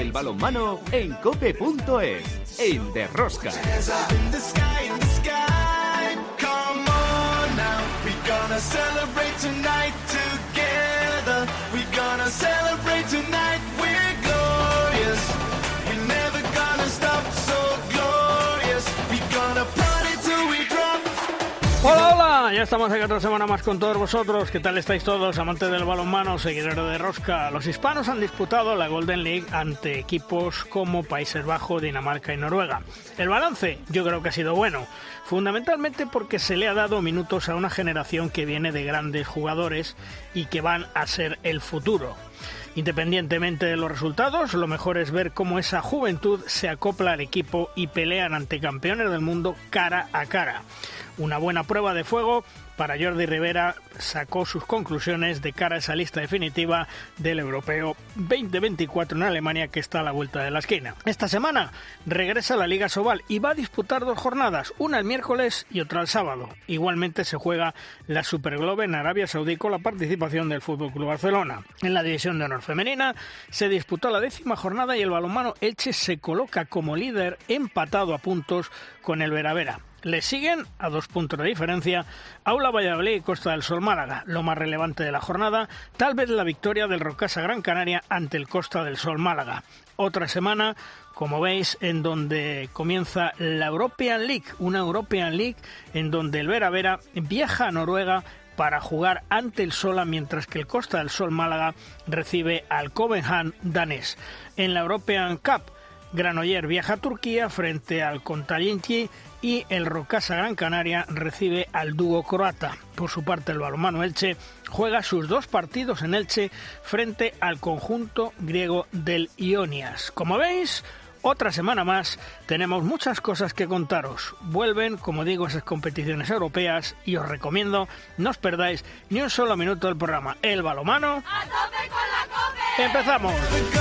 del balonmano en cope.es, en De Rosca. Hola, hola, ya estamos aquí otra semana más con todos vosotros. ¿Qué tal estáis todos, amantes del balonmano, seguidores de Rosca? Los hispanos han disputado la Golden League ante equipos como Países Bajos, Dinamarca y Noruega. El balance yo creo que ha sido bueno, fundamentalmente porque se le ha dado minutos a una generación que viene de grandes jugadores y que van a ser el futuro. Independientemente de los resultados, lo mejor es ver cómo esa juventud se acopla al equipo y pelean ante campeones del mundo cara a cara. Una buena prueba de fuego para Jordi Rivera, sacó sus conclusiones de cara a esa lista definitiva del Europeo 2024 en Alemania, que está a la vuelta de la esquina. Esta semana regresa a la Liga Sobal y va a disputar 2 jornadas, una el miércoles y otra el sábado. Igualmente se juega la Superglobe en Arabia Saudí con la participación del FC Barcelona. En la División de Honor femenina se disputó la 10ª jornada y el balonmano Elche se coloca como líder empatado a puntos con el Veravera. Le siguen, a 2 puntos de diferencia, Aula Valladolid y Costa del Sol Málaga. Lo más relevante de la jornada, tal vez la victoria del Rocasa Gran Canaria ante el Costa del Sol Málaga. Otra semana, como veis, en donde comienza la European League, una European League en donde el Veravera viaja a Noruega para jugar ante el Sola, mientras que el Costa del Sol Málaga recibe al Copenhagen danés. En la European Cup, Granollers viaja a Turquía frente al Kontalinci y el Rocasa Gran Canaria recibe al dúo croata. Por su parte, el balonmano Elche juega sus 2 partidos en Elche frente al conjunto griego del Ionias. Como veis, otra semana más, tenemos muchas cosas que contaros. Vuelven, como digo, esas competiciones europeas y os recomiendo no os perdáis ni un solo minuto del programa. El balonmano ¡a tope con la COPE! ¡Empezamos!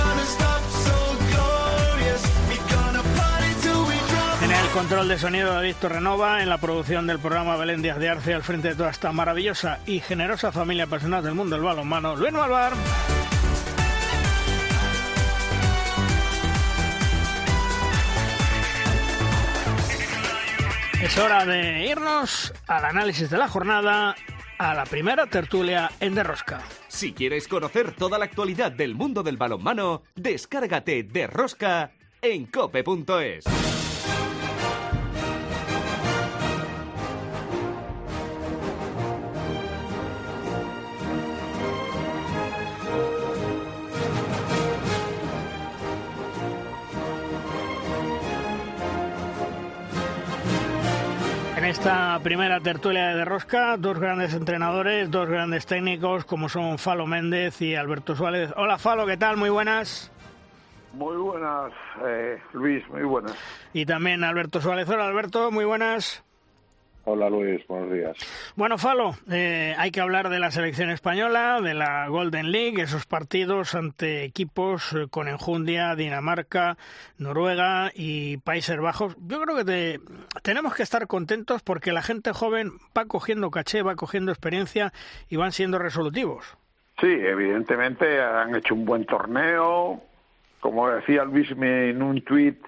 En el control de sonido de Víctor Renova, en la producción del programa Belén Díaz de Arce, al frente de toda esta maravillosa y generosa familia personal del mundo del balonmano, Luis Malvar. Es hora de irnos al análisis de la jornada, a la primera tertulia en De Rosca. Si quieres conocer toda la actualidad del mundo del balonmano, descárgate De Rosca en cope.es. En esta primera tertulia de Rosca, 2 grandes entrenadores, 2 grandes técnicos, como son Falo Méndez y Alberto Suárez. Hola Falo, ¿qué tal? Muy buenas. Muy buenas, Luis, muy buenas. Y también Alberto Suárez. Hola Alberto, muy buenas. Hola Luis, buenos días. Bueno, Falo, hay que hablar de la selección española, de la Golden League, esos partidos ante equipos con enjundia, Dinamarca, Noruega y Países Bajos. Yo creo que tenemos que estar contentos porque la gente joven va cogiendo caché, va cogiendo experiencia y van siendo resolutivos. Sí, evidentemente han hecho un buen torneo. Como decía Luis en un tuit,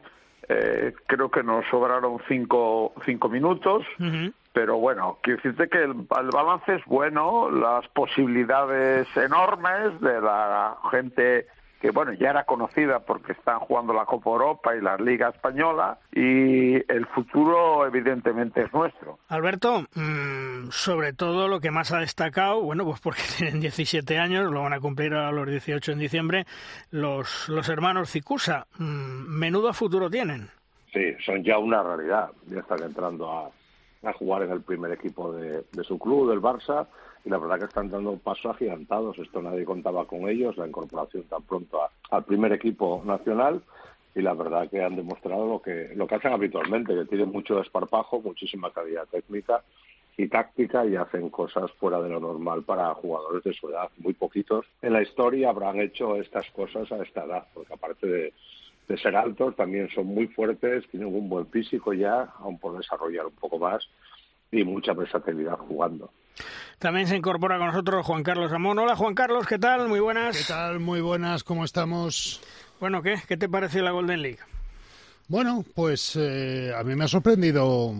creo que nos sobraron 5 minutos, pero bueno, quiero decirte que el balance es bueno, las posibilidades enormes de la gente que bueno ya era conocida porque están jugando la Copa Europa y la Liga Española, y el futuro evidentemente es nuestro. Alberto, sobre todo lo que más ha destacado, bueno, pues porque tienen 17 años, lo van a cumplir a los 18 en diciembre, los hermanos Cicusa, menudo futuro tienen. Sí, son ya una realidad, ya están entrando a jugar en el primer equipo de su club, del Barça, y la verdad que están dando pasos agigantados. Esto nadie contaba con ellos, la incorporación tan pronto al primer equipo nacional, y la verdad que han demostrado lo que hacen habitualmente, que tienen mucho desparpajo, muchísima calidad técnica y táctica, y hacen cosas fuera de lo normal para jugadores de su edad. Muy poquitos en la historia habrán hecho estas cosas a esta edad, porque aparte de ser altos, también son muy fuertes, tienen un buen físico ya, aún por desarrollar un poco más, y mucha versatilidad jugando. También se incorpora con nosotros Juan Carlos Amón. Hola Juan Carlos, ¿qué tal? Muy buenas. ¿Qué tal? Muy buenas, ¿cómo estamos? Bueno, ¿qué te pareció la Golden League? Bueno, pues a mí me ha sorprendido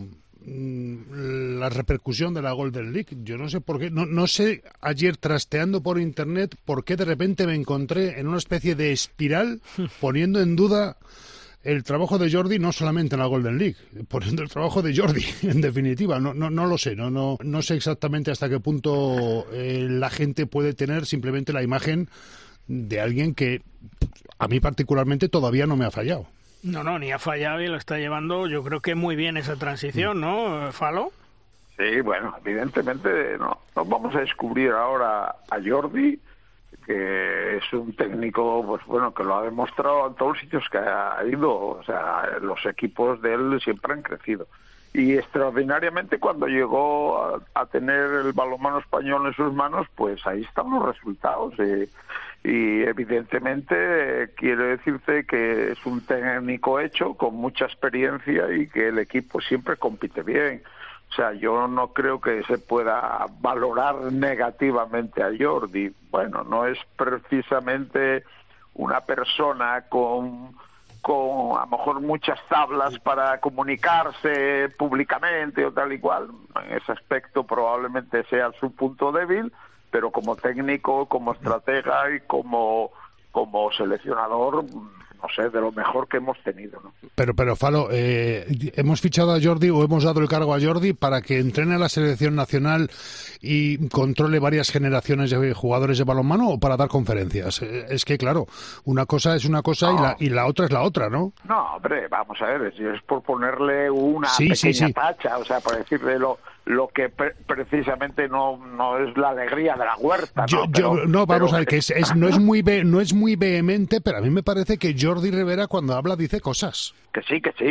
la repercusión de la Golden League. Yo no sé por qué, no sé ayer trasteando por internet por qué de repente me encontré en una especie de espiral poniendo en duda el trabajo de Jordi, no solamente en la Golden League, poniendo el trabajo de Jordi, en definitiva. No lo sé, no sé exactamente hasta qué punto la gente puede tener simplemente la imagen de alguien que a mí particularmente todavía no me ha fallado. No, ni ha fallado y lo está llevando, yo creo que muy bien esa transición, ¿no, Falo? Sí, bueno, evidentemente no vamos a descubrir ahora a Jordi, que es un técnico, pues bueno, que lo ha demostrado en todos los sitios que ha ido. O sea, los equipos de él siempre han crecido. Y extraordinariamente cuando llegó a tener el balonmano español en sus manos, pues ahí están los resultados. Y evidentemente quiero decirte que es un técnico hecho, con mucha experiencia, y que el equipo siempre compite bien. O sea, yo no creo que se pueda valorar negativamente a Jordi. Bueno, no es precisamente una persona con a lo mejor muchas tablas para comunicarse públicamente o tal y cual. En ese aspecto probablemente sea su punto débil, pero como técnico, como estratega y como seleccionador, no sé, de lo mejor que hemos tenido, ¿no? Pero Falo, ¿hemos fichado a Jordi o hemos dado el cargo a Jordi para que entrene a la selección nacional y controle varias generaciones de jugadores de balonmano, o para dar conferencias? Es que, claro, una cosa es una cosa y la otra es la otra, ¿no? No, hombre, vamos a ver, es por ponerle una pequeña tacha, o sea, por decirle lo que precisamente no es la alegría de la huerta, ¿no? Vamos a ver, que no es muy vehemente, pero a mí me parece que Jordi Rivera cuando habla dice cosas. Que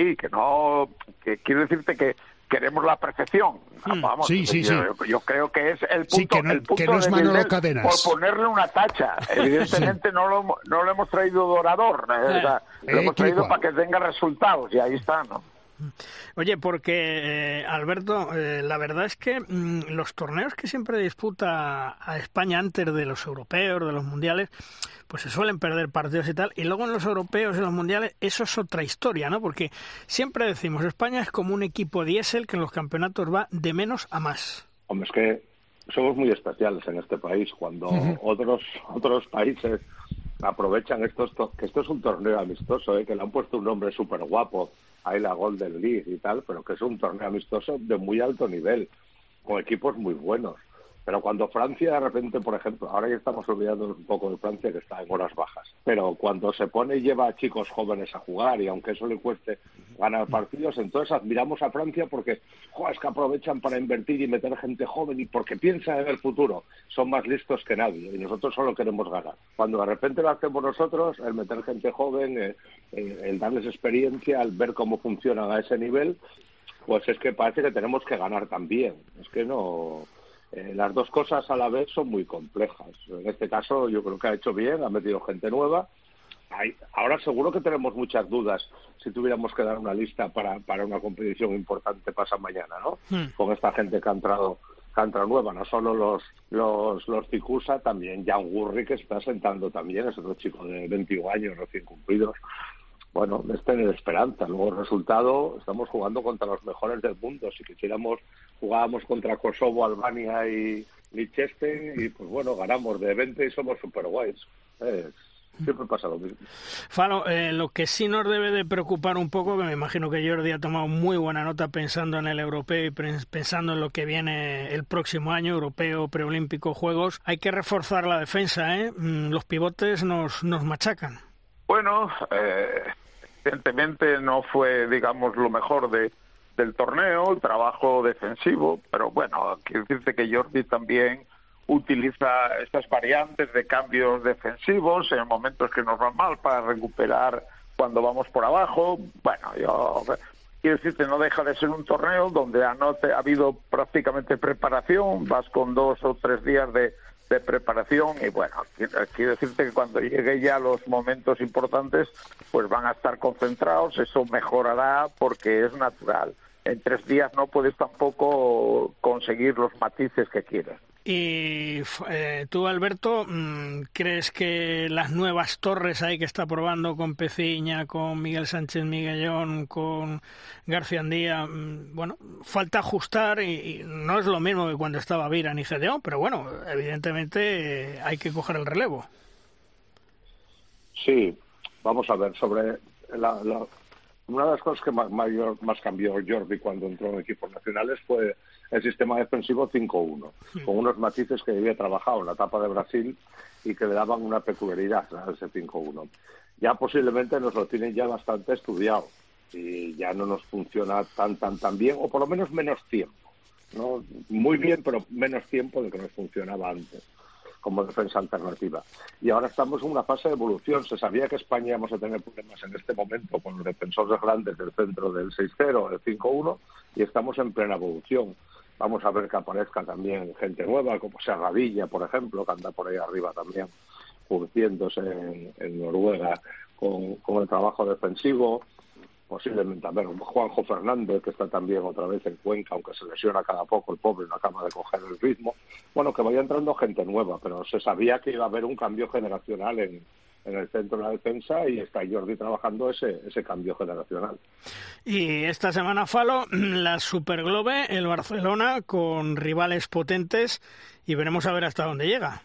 quiero decirte que queremos la perfección. Vamos, sí. Yo creo que es el punto, que no es Manolo Cadenas. Por ponerle una tacha. Evidentemente no lo hemos traído dorador, lo hemos traído para que tenga resultados, y ahí está, ¿no? Oye, porque Alberto, la verdad es que los torneos que siempre disputa a España antes de los europeos, de los mundiales, pues se suelen perder partidos y tal, y luego en los europeos y los mundiales eso es otra historia, ¿no? Porque siempre decimos, España es como un equipo diésel que en los campeonatos va de menos a más. Hombre, es que somos muy especiales en este país. Cuando otros países aprovechan que esto es un torneo amistoso, que le han puesto un nombre súper guapo, ahí la Golden League y tal, pero que es un torneo amistoso de muy alto nivel, con equipos muy buenos. Pero cuando Francia de repente, por ejemplo, ahora ya estamos olvidando un poco de Francia, que está en horas bajas, pero cuando se pone y lleva a chicos jóvenes a jugar, y aunque eso le cueste ganar partidos, entonces admiramos a Francia porque es que aprovechan para invertir y meter gente joven, y porque piensan en el futuro, son más listos que nadie, y nosotros solo queremos ganar. Cuando de repente lo hacemos nosotros, el meter gente joven, el darles experiencia, el ver cómo funcionan a ese nivel, pues es que parece que tenemos que ganar también. Es que no... las dos cosas a la vez son muy complejas. En este caso yo creo que ha hecho bien, ha metido gente nueva. Ahora seguro que tenemos muchas dudas si tuviéramos que dar una lista para una competición importante pasado mañana, ¿no? Con esta gente que ha entrado nueva, no solo los Cicusa, también Jan Gurri, que se está sentando también, es otro chico de 21 años recién cumplidos. Bueno, es tener esperanza. Luego el resultado, estamos jugando contra los mejores del mundo. Si quisiéramos, jugábamos contra Kosovo, Albania y Liechtenstein, y pues bueno, ganamos de 20 y somos super guays. Siempre pasa lo mismo. Falo, lo que sí nos debe de preocupar un poco, que me imagino que Jordi ha tomado muy buena nota pensando en el europeo y pensando en lo que viene el próximo año, europeo, preolímpico, juegos, hay que reforzar la defensa, ¿eh? Los pivotes nos machacan. Bueno, evidentemente no fue, digamos, lo mejor del torneo, el trabajo defensivo, pero bueno, quiero decirte que Jordi también utiliza estas variantes de cambios defensivos en momentos que nos van mal para recuperar cuando vamos por abajo. Bueno, yo quiero decirte, no deja de ser un torneo donde ha habido prácticamente preparación, vas con 2 o 3 días de preparación, y bueno, quiero decirte que cuando llegue ya los momentos importantes, pues van a estar concentrados. Eso mejorará porque es natural. En 3 días no puedes tampoco conseguir los matices que quieras. Y tú, Alberto, ¿crees que las nuevas torres ahí que está probando con Peciña, con Miguel Sánchez Miguellón, con García Andía, bueno, falta ajustar y no es lo mismo que cuando estaba Vira ni Gedeón, pero bueno, evidentemente hay que coger el relevo? Sí, vamos a ver, sobre una de las cosas que más cambió Jordi cuando entró en equipos nacionales fue el sistema defensivo 5-1, con unos matices que había trabajado en la etapa de Brasil y que le daban una peculiaridad a ese 5-1. Ya posiblemente nos lo tienen ya bastante estudiado y ya no nos funciona tan bien, o por lo menos menos tiempo, ¿no? Muy bien, pero menos tiempo de que nos funcionaba antes como defensa alternativa. Y ahora estamos en una fase de evolución. Se sabía que España íbamos a tener problemas en este momento con los defensores grandes del centro del 6-0, del 5-1, y estamos en plena evolución. Vamos a ver que aparezca también gente nueva, como Serradilla, por ejemplo, que anda por ahí arriba también, curtiéndose en Noruega con el trabajo defensivo. Posiblemente, a ver, Juanjo Fernández, que está también otra vez en Cuenca, aunque se lesiona cada poco, el pobre no acaba de coger el ritmo. Bueno, que vaya entrando gente nueva, pero se sabía que iba a haber un cambio generacional en el centro de la defensa y está Jordi trabajando ese cambio generacional. Y esta semana, Falo, la Superglobe, el Barcelona, con rivales potentes, y veremos a ver hasta dónde llega.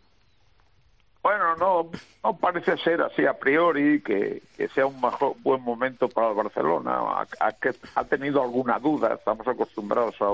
Bueno, no parece ser así a priori que sea un buen momento para el Barcelona. Que ha tenido alguna duda. Estamos acostumbrados a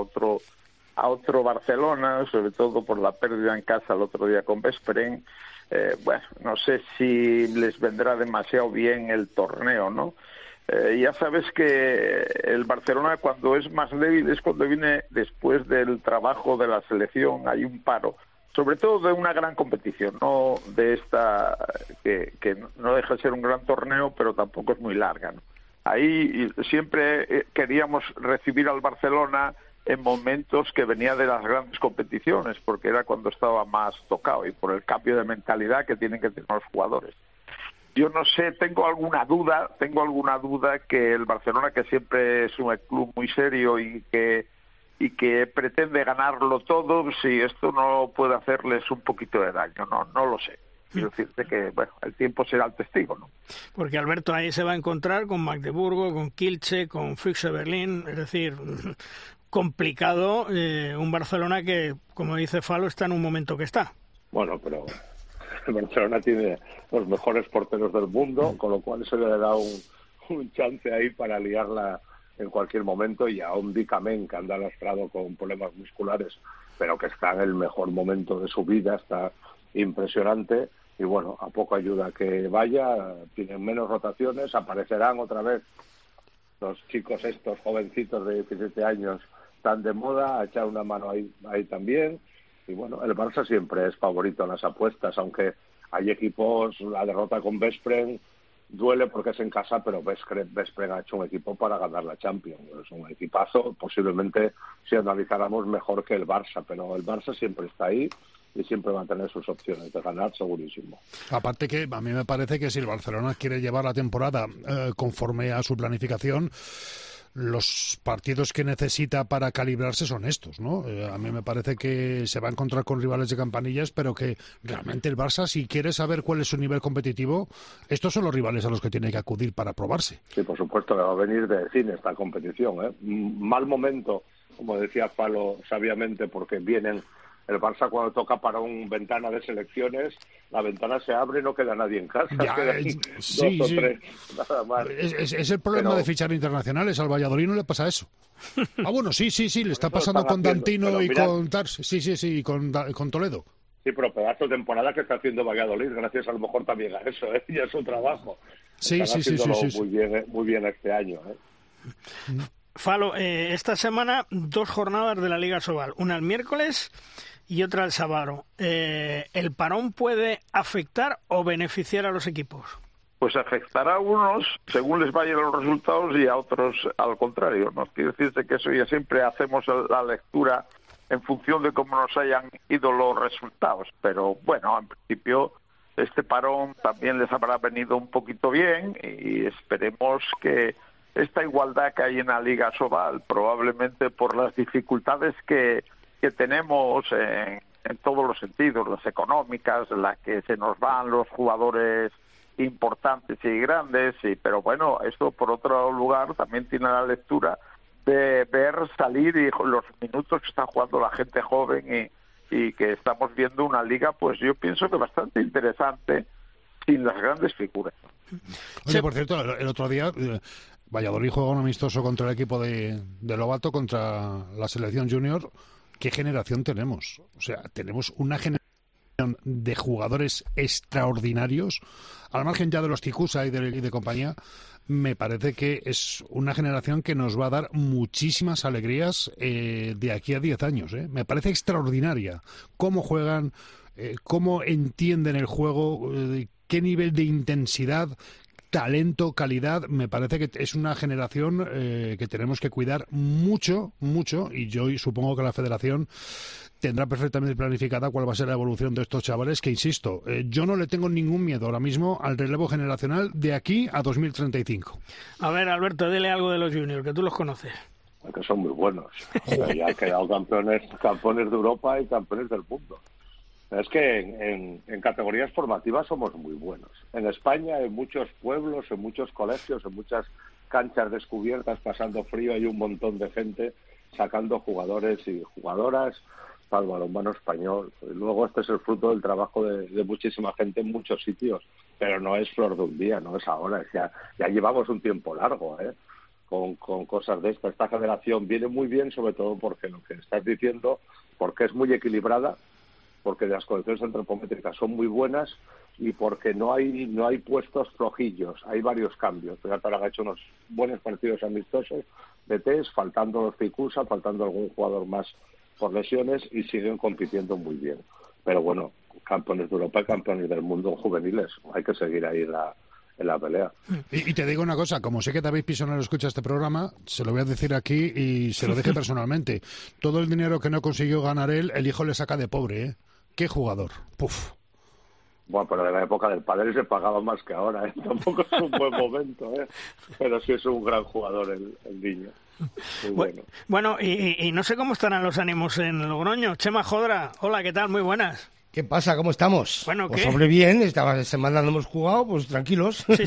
otro Barcelona, sobre todo por la pérdida en casa el otro día con Veszprém. Bueno, no sé si les vendrá demasiado bien el torneo, ¿no? Ya sabes que el Barcelona, cuando es más débil, es cuando viene después del trabajo de la selección. Hay un paro, sobre todo de una gran competición, no de esta que no deja de ser un gran torneo, pero tampoco es muy larga, ¿no? Ahí siempre queríamos recibir al Barcelona en momentos que venía de las grandes competiciones, porque era cuando estaba más tocado y por el cambio de mentalidad que tienen que tener los jugadores. Yo no sé, tengo alguna duda que el Barcelona, que siempre es un club muy serio y que pretende ganarlo todo, si esto no puede hacerles un poquito de daño, no lo sé. Quiero decirte que, bueno, el tiempo será el testigo, ¿no? Porque Alberto ahí se va a encontrar con Magdeburgo, con Kielce, con Füchse Berlín, es decir, complicado, un Barcelona que, como dice Falo, está en un momento que está. Bueno, pero el Barcelona tiene los mejores porteros del mundo, con lo cual se le da un chance ahí para liarla en cualquier momento, y a un Dicamén que anda lastrado con problemas musculares, pero que está en el mejor momento de su vida, está impresionante, y bueno, a poco ayuda que vaya, tienen menos rotaciones, aparecerán otra vez los chicos estos jovencitos de 17 años tan de moda, a echar una mano ahí también, y bueno, el Barça siempre es favorito en las apuestas, aunque hay equipos, la derrota con Veszprém duele porque es en casa, pero Veszprém ha hecho un equipo para ganar la Champions. Es un equipazo, posiblemente si analizáramos mejor que el Barça, pero el Barça siempre está ahí y siempre va a tener sus opciones de ganar, segurísimo. Aparte que a mí me parece que si el Barcelona quiere llevar la temporada conforme a su planificación, los partidos que necesita para calibrarse son estos, ¿no? A mí me parece que se va a encontrar con rivales de campanillas, pero que realmente el Barça, si quiere saber cuál es su nivel competitivo, estos son los rivales a los que tiene que acudir para probarse. Sí, por supuesto, que va a venir de cine esta competición, ¿eh? Mal momento, como decía Falo sabiamente, porque vienen... El Barça, cuando toca para una ventana de selecciones, la ventana se abre y no queda nadie en casa. Ya, sí, dos o tres, nada más. Es el problema de fichar internacionales. Al Valladolid no le pasa eso. Bueno, sí, le está pasando con Dantino y con Tars. Sí, y con Toledo. Sí, pero pedazo de temporada que está haciendo Valladolid, gracias a lo mejor también a eso, ¿eh? Y a su trabajo. Sí. Muy bien este año, ¿eh? Falo, esta semana 2 jornadas de la Liga Sobal, una el miércoles y otra el sábado. ¿El parón puede afectar o beneficiar a los equipos? Pues afectará a unos según les vayan los resultados y a otros al contrario, ¿no? Quiere decirse que eso ya siempre hacemos la lectura en función de cómo nos hayan ido los resultados. Pero bueno, en principio este parón también les habrá venido un poquito bien y esperemos que esta igualdad que hay en la Liga Sobal, probablemente por las dificultades que tenemos en todos los sentidos, las económicas, las que se nos van los jugadores importantes y grandes, pero bueno, esto por otro lugar también tiene la lectura de ver salir y los minutos que está jugando la gente joven y que estamos viendo una liga, pues yo pienso que bastante interesante, sin las grandes figuras. Oye, por cierto, el otro día Valladolid juega un amistoso contra el equipo de Lobato, contra la selección junior. ¿Qué generación tenemos? O sea, tenemos una generación de jugadores extraordinarios, al margen ya de los Ticusa y de compañía. Me parece que es una generación que nos va a dar muchísimas alegrías de aquí a 10 años. Me parece extraordinaria cómo juegan, cómo entienden el juego, qué nivel de intensidad, talento, calidad. Me parece que es una generación que tenemos que cuidar mucho, mucho, y yo supongo que la Federación tendrá perfectamente planificada cuál va a ser la evolución de estos chavales, que insisto, yo no le tengo ningún miedo ahora mismo al relevo generacional de aquí a 2035. A ver, Alberto, dile algo de los juniors, que tú los conoces. Que son muy buenos. Ya han quedado campeones de Europa y campeones del mundo. Es que en categorías formativas somos muy buenos. En España, en muchos pueblos, en muchos colegios, en muchas canchas descubiertas, pasando frío, hay un montón de gente sacando jugadores y jugadoras para el balonmano español. Y luego este es el fruto del trabajo de muchísima gente en muchos sitios, pero no es flor de un día, no es ahora, ya llevamos un tiempo largo, con cosas de esta. Esta generación viene muy bien, sobre todo porque lo que estás diciendo, porque es muy equilibrada, porque las colecciones antropométricas son muy buenas y porque no hay puestos flojillos, hay varios cambios. Fíjate, ahora ha hecho unos buenos partidos amistosos de test, faltando los Cicusa, faltando algún jugador más por lesiones, y siguen compitiendo muy bien. Pero bueno, campeones de Europa y campeones del mundo en juveniles, hay que seguir ahí en la pelea. Y te digo una cosa, como sé que David Pisonero escucha este programa, se lo voy a decir aquí y se lo dije personalmente. Todo el dinero que no consiguió ganar él, el hijo le saca de pobre, ¿eh? ¡Qué jugador! ¡Puf! Bueno, pero en la época del padre se pagaba más que ahora, ¿eh? Tampoco es un buen momento, ¿eh? Pero sí es un gran jugador el niño. Muy bueno, y no sé cómo estarán los ánimos en Logroño. Chema Jodra, hola, ¿qué tal? Muy buenas. ¿Qué pasa? ¿Cómo estamos? Bueno, pues ¿qué? Sobre bien, esta semana no hemos jugado, pues tranquilos. Sí,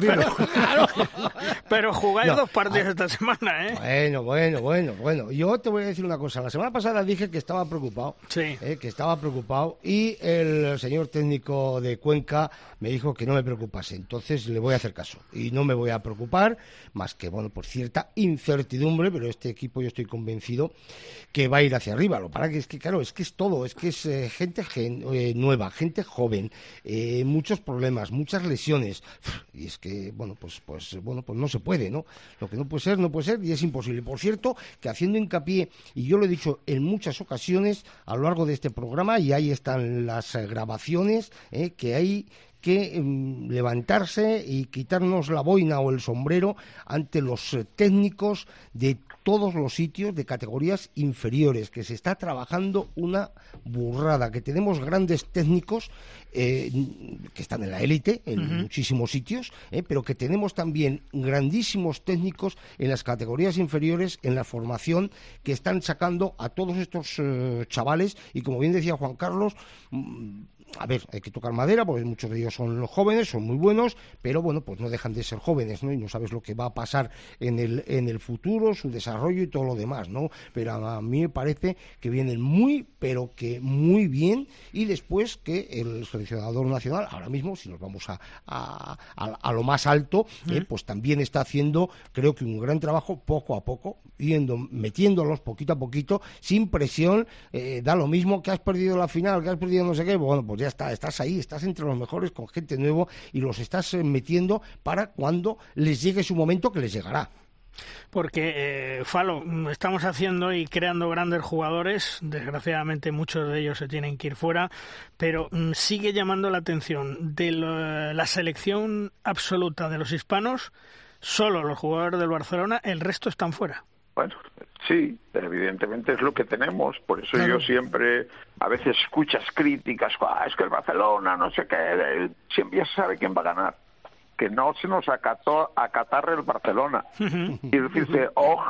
pero jugáis 2 partidos esta semana, ¿eh? Bueno. Yo te voy a decir una cosa. La semana pasada dije que estaba preocupado. Sí. Que estaba preocupado, y el señor técnico de Cuenca me dijo que no me preocupase. Entonces le voy a hacer caso. Y no me voy a preocupar, más que, bueno, por cierta incertidumbre, pero este equipo yo estoy convencido que va a ir hacia arriba. Lo para que es que, claro, es que es todo. Es que es gente nueva, gente joven, muchos problemas, muchas lesiones, y es que pues no se puede, ¿no? Lo que no puede ser y es imposible. Por cierto, que haciendo hincapié, y yo lo he dicho en muchas ocasiones a lo largo de este programa, y ahí están las grabaciones, que hay que levantarse y quitarnos la boina o el sombrero ante los técnicos de todos los sitios de categorías inferiores, que se está trabajando una burrada, que tenemos grandes técnicos que están en la élite en muchísimos sitios, pero que tenemos también grandísimos técnicos en las categorías inferiores, en la formación, que están sacando a todos estos chavales, y como bien decía Juan Carlos, a ver, hay que tocar madera, porque muchos de ellos son jóvenes, son muy buenos, pero bueno, pues no dejan de ser jóvenes, ¿no? Y no sabes lo que va a pasar en el futuro, su desarrollo y todo lo demás, ¿no? Pero a mí me parece que vienen muy, pero que muy bien, y después que el seleccionador nacional, ahora mismo, si nos vamos a lo más alto, pues también está haciendo, creo que un gran trabajo, poco a poco, metiéndolos poquito a poquito, sin presión, da lo mismo que has perdido la final, que has perdido no sé qué, bueno, pues ya está, estás ahí, estás entre los mejores con gente nueva, y los estás metiendo para cuando les llegue su momento, que les llegará. Porque, Falo, estamos haciendo y creando grandes jugadores, desgraciadamente muchos de ellos se tienen que ir fuera, pero sigue llamando la atención de la selección absoluta de los hispanos, solo los jugadores del Barcelona, el resto están fuera. Bueno, sí, evidentemente es lo que tenemos, por eso yo siempre, a veces escuchas críticas, es que el Barcelona, no sé qué, siempre ya se sabe quién va a ganar, que no se nos acatarre el Barcelona, y decirse, ojalá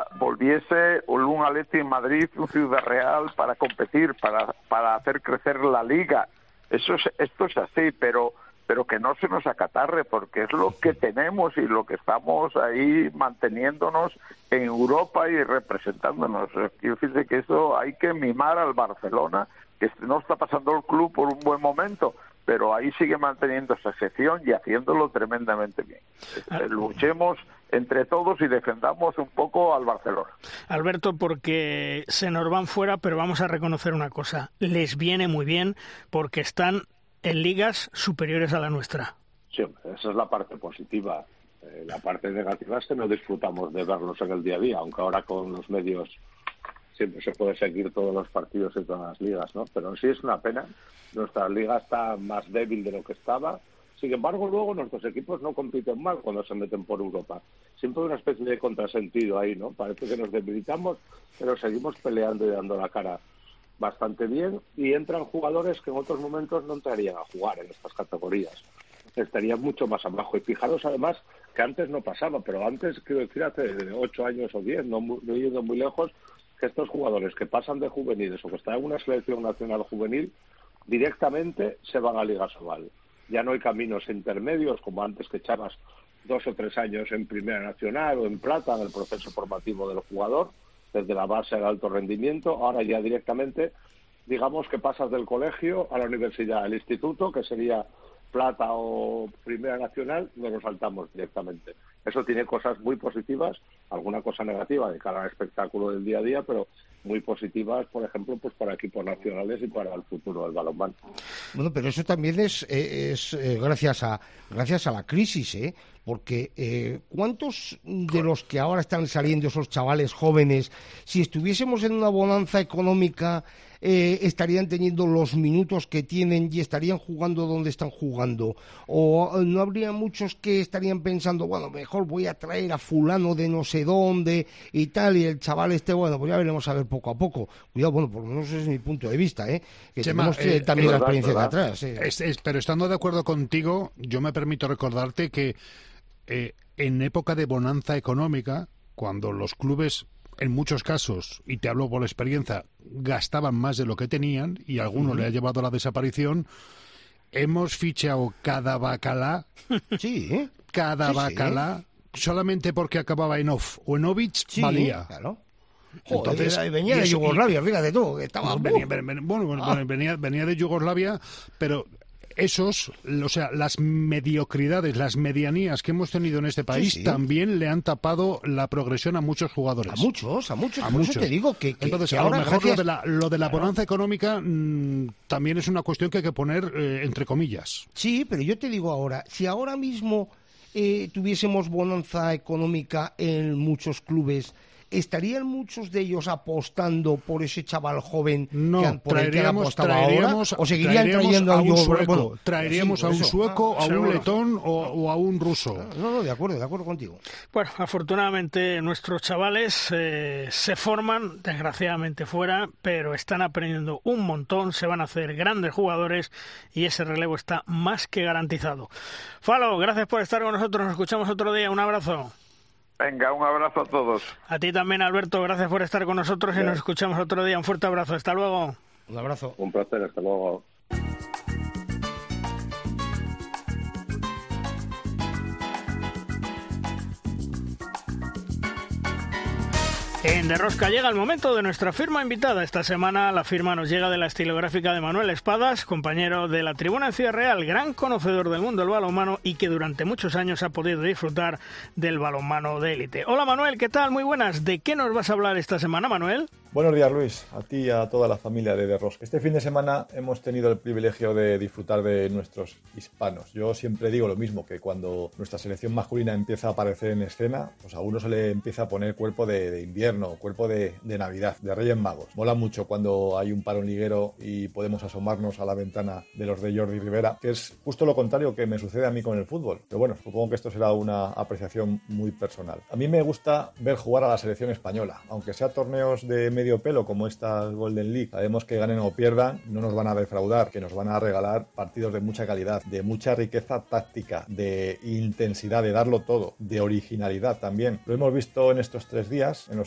volviese un Atleti en Madrid, un Ciudad Real para competir, para hacer crecer la liga. Esto es así, pero que no se nos acatarre, porque es lo que tenemos y lo que estamos ahí manteniéndonos en Europa y representándonos. Quiero decir que eso hay que mimar al Barcelona, que no está pasando el club por un buen momento, pero ahí sigue manteniendo esa sección y haciéndolo tremendamente bien. Luchemos entre todos y defendamos un poco al Barcelona. Alberto, porque se nos van fuera, pero vamos a reconocer una cosa, les viene muy bien porque están en ligas superiores a la nuestra. Sí, esa es la parte positiva. La parte negativa es que no disfrutamos de verlos en el día a día, aunque ahora con los medios siempre se puede seguir todos los partidos y todas las ligas, ¿no? Pero sí es una pena. Nuestra liga está más débil de lo que estaba. Sin embargo, luego nuestros equipos no compiten mal cuando se meten por Europa. Siempre hay una especie de contrasentido ahí, ¿no? Parece que nos debilitamos, pero seguimos peleando y dando la cara bastante bien, y entran jugadores que en otros momentos no entrarían a jugar en estas categorías. Estarían mucho más abajo. Y fijaros además que antes no pasaba, pero antes, quiero decir, hace 8 años o 10, no he ido muy lejos, que estos jugadores que pasan de juveniles o que están en una selección nacional juvenil directamente se van a Liga Sobal. Ya no hay caminos intermedios como antes, que echabas 2 o 3 años en Primera Nacional o en Plata en el proceso formativo del jugador, desde la base al alto rendimiento. Ahora ya directamente, digamos que pasas del colegio a la universidad, al instituto, que sería Plata o Primera Nacional, nos lo saltamos directamente. Eso tiene cosas muy positivas, alguna cosa negativa de cara al espectáculo del día a día, pero muy positivas, por ejemplo, pues para equipos nacionales y para el futuro del balonmano. Bueno, pero eso también es gracias a la crisis, porque ¿cuántos de los que ahora están saliendo, esos chavales jóvenes, si estuviésemos en una bonanza económica, estarían teniendo los minutos que tienen y estarían jugando donde están jugando? ¿O no habría muchos que estarían pensando, bueno, mejor voy a traer a fulano de no sé dónde y tal, y el chaval bueno, pues ya veremos a ver poco a poco? Cuidado, bueno, por lo menos ese es mi punto de vista, que Chema, tenemos también la experiencia de atrás. Pero estando de acuerdo contigo, yo me permito recordarte que en época de bonanza económica, cuando los clubes, en muchos casos, y te hablo por experiencia, gastaban más de lo que tenían y a alguno le ha llevado a la desaparición, hemos fichado cada bacalá, cada bacalá, solamente porque acababa en off o en Ovic, valía. Claro. Entonces, venía de Yugoslavia, fíjate tú, que estaba... Venía de Yugoslavia, pero esos, o sea, las mediocridades, las medianías que hemos tenido en este país también le han tapado la progresión a muchos jugadores. A muchos. Por eso te digo que entonces, que a ahora lo mejor gracias... lo de la bonanza económica también es una cuestión que hay que poner entre comillas. Sí, pero yo te digo ahora, si ahora mismo tuviésemos bonanza económica en muchos clubes, ¿estarían muchos de ellos apostando por ese chaval joven por el que han apostado ahora? ¿O seguirían trayendo a un sueco? Traeríamos a un sueco, a un letón o a un ruso. No, de acuerdo contigo. Bueno, afortunadamente nuestros chavales se forman, desgraciadamente fuera, pero están aprendiendo un montón, se van a hacer grandes jugadores y ese relevo está más que garantizado. Falo, gracias por estar con nosotros, nos escuchamos otro día, un abrazo. Venga, un abrazo a todos. A ti también, Alberto, gracias por estar con nosotros y nos escuchamos otro día. Un fuerte abrazo, hasta luego. Un abrazo. Un placer, hasta luego. En De Rosca llega el momento de nuestra firma invitada. Esta semana la firma nos llega de la estilográfica de Manuel Espadas, compañero de la Tribuna en Ciudad Real, gran conocedor del mundo del balonmano y que durante muchos años ha podido disfrutar del balonmano de élite. Hola Manuel, ¿qué tal? Muy buenas. ¿De qué nos vas a hablar esta semana, Manuel? Buenos días, Luis, a ti y a toda la familia de Rosca. Este fin de semana hemos tenido el privilegio de disfrutar de nuestros hispanos. Yo siempre digo lo mismo, que cuando nuestra selección masculina empieza a aparecer en escena, pues a uno se le empieza a poner cuerpo de invierno, cuerpo de Navidad, de Reyes Magos. Mola mucho cuando hay un parón liguero y podemos asomarnos a la ventana de los de Jordi Rivera, que es justo lo contrario que me sucede a mí con el fútbol. Pero bueno, supongo que esto será una apreciación muy personal. A mí me gusta ver jugar a la selección española, aunque sea torneos de medio pelo como esta Golden League. Sabemos que ganen o pierdan, no nos van a defraudar, que nos van a regalar partidos de mucha calidad, de mucha riqueza táctica, de intensidad, de darlo todo, de originalidad también. Lo hemos visto en estos 3 días, en los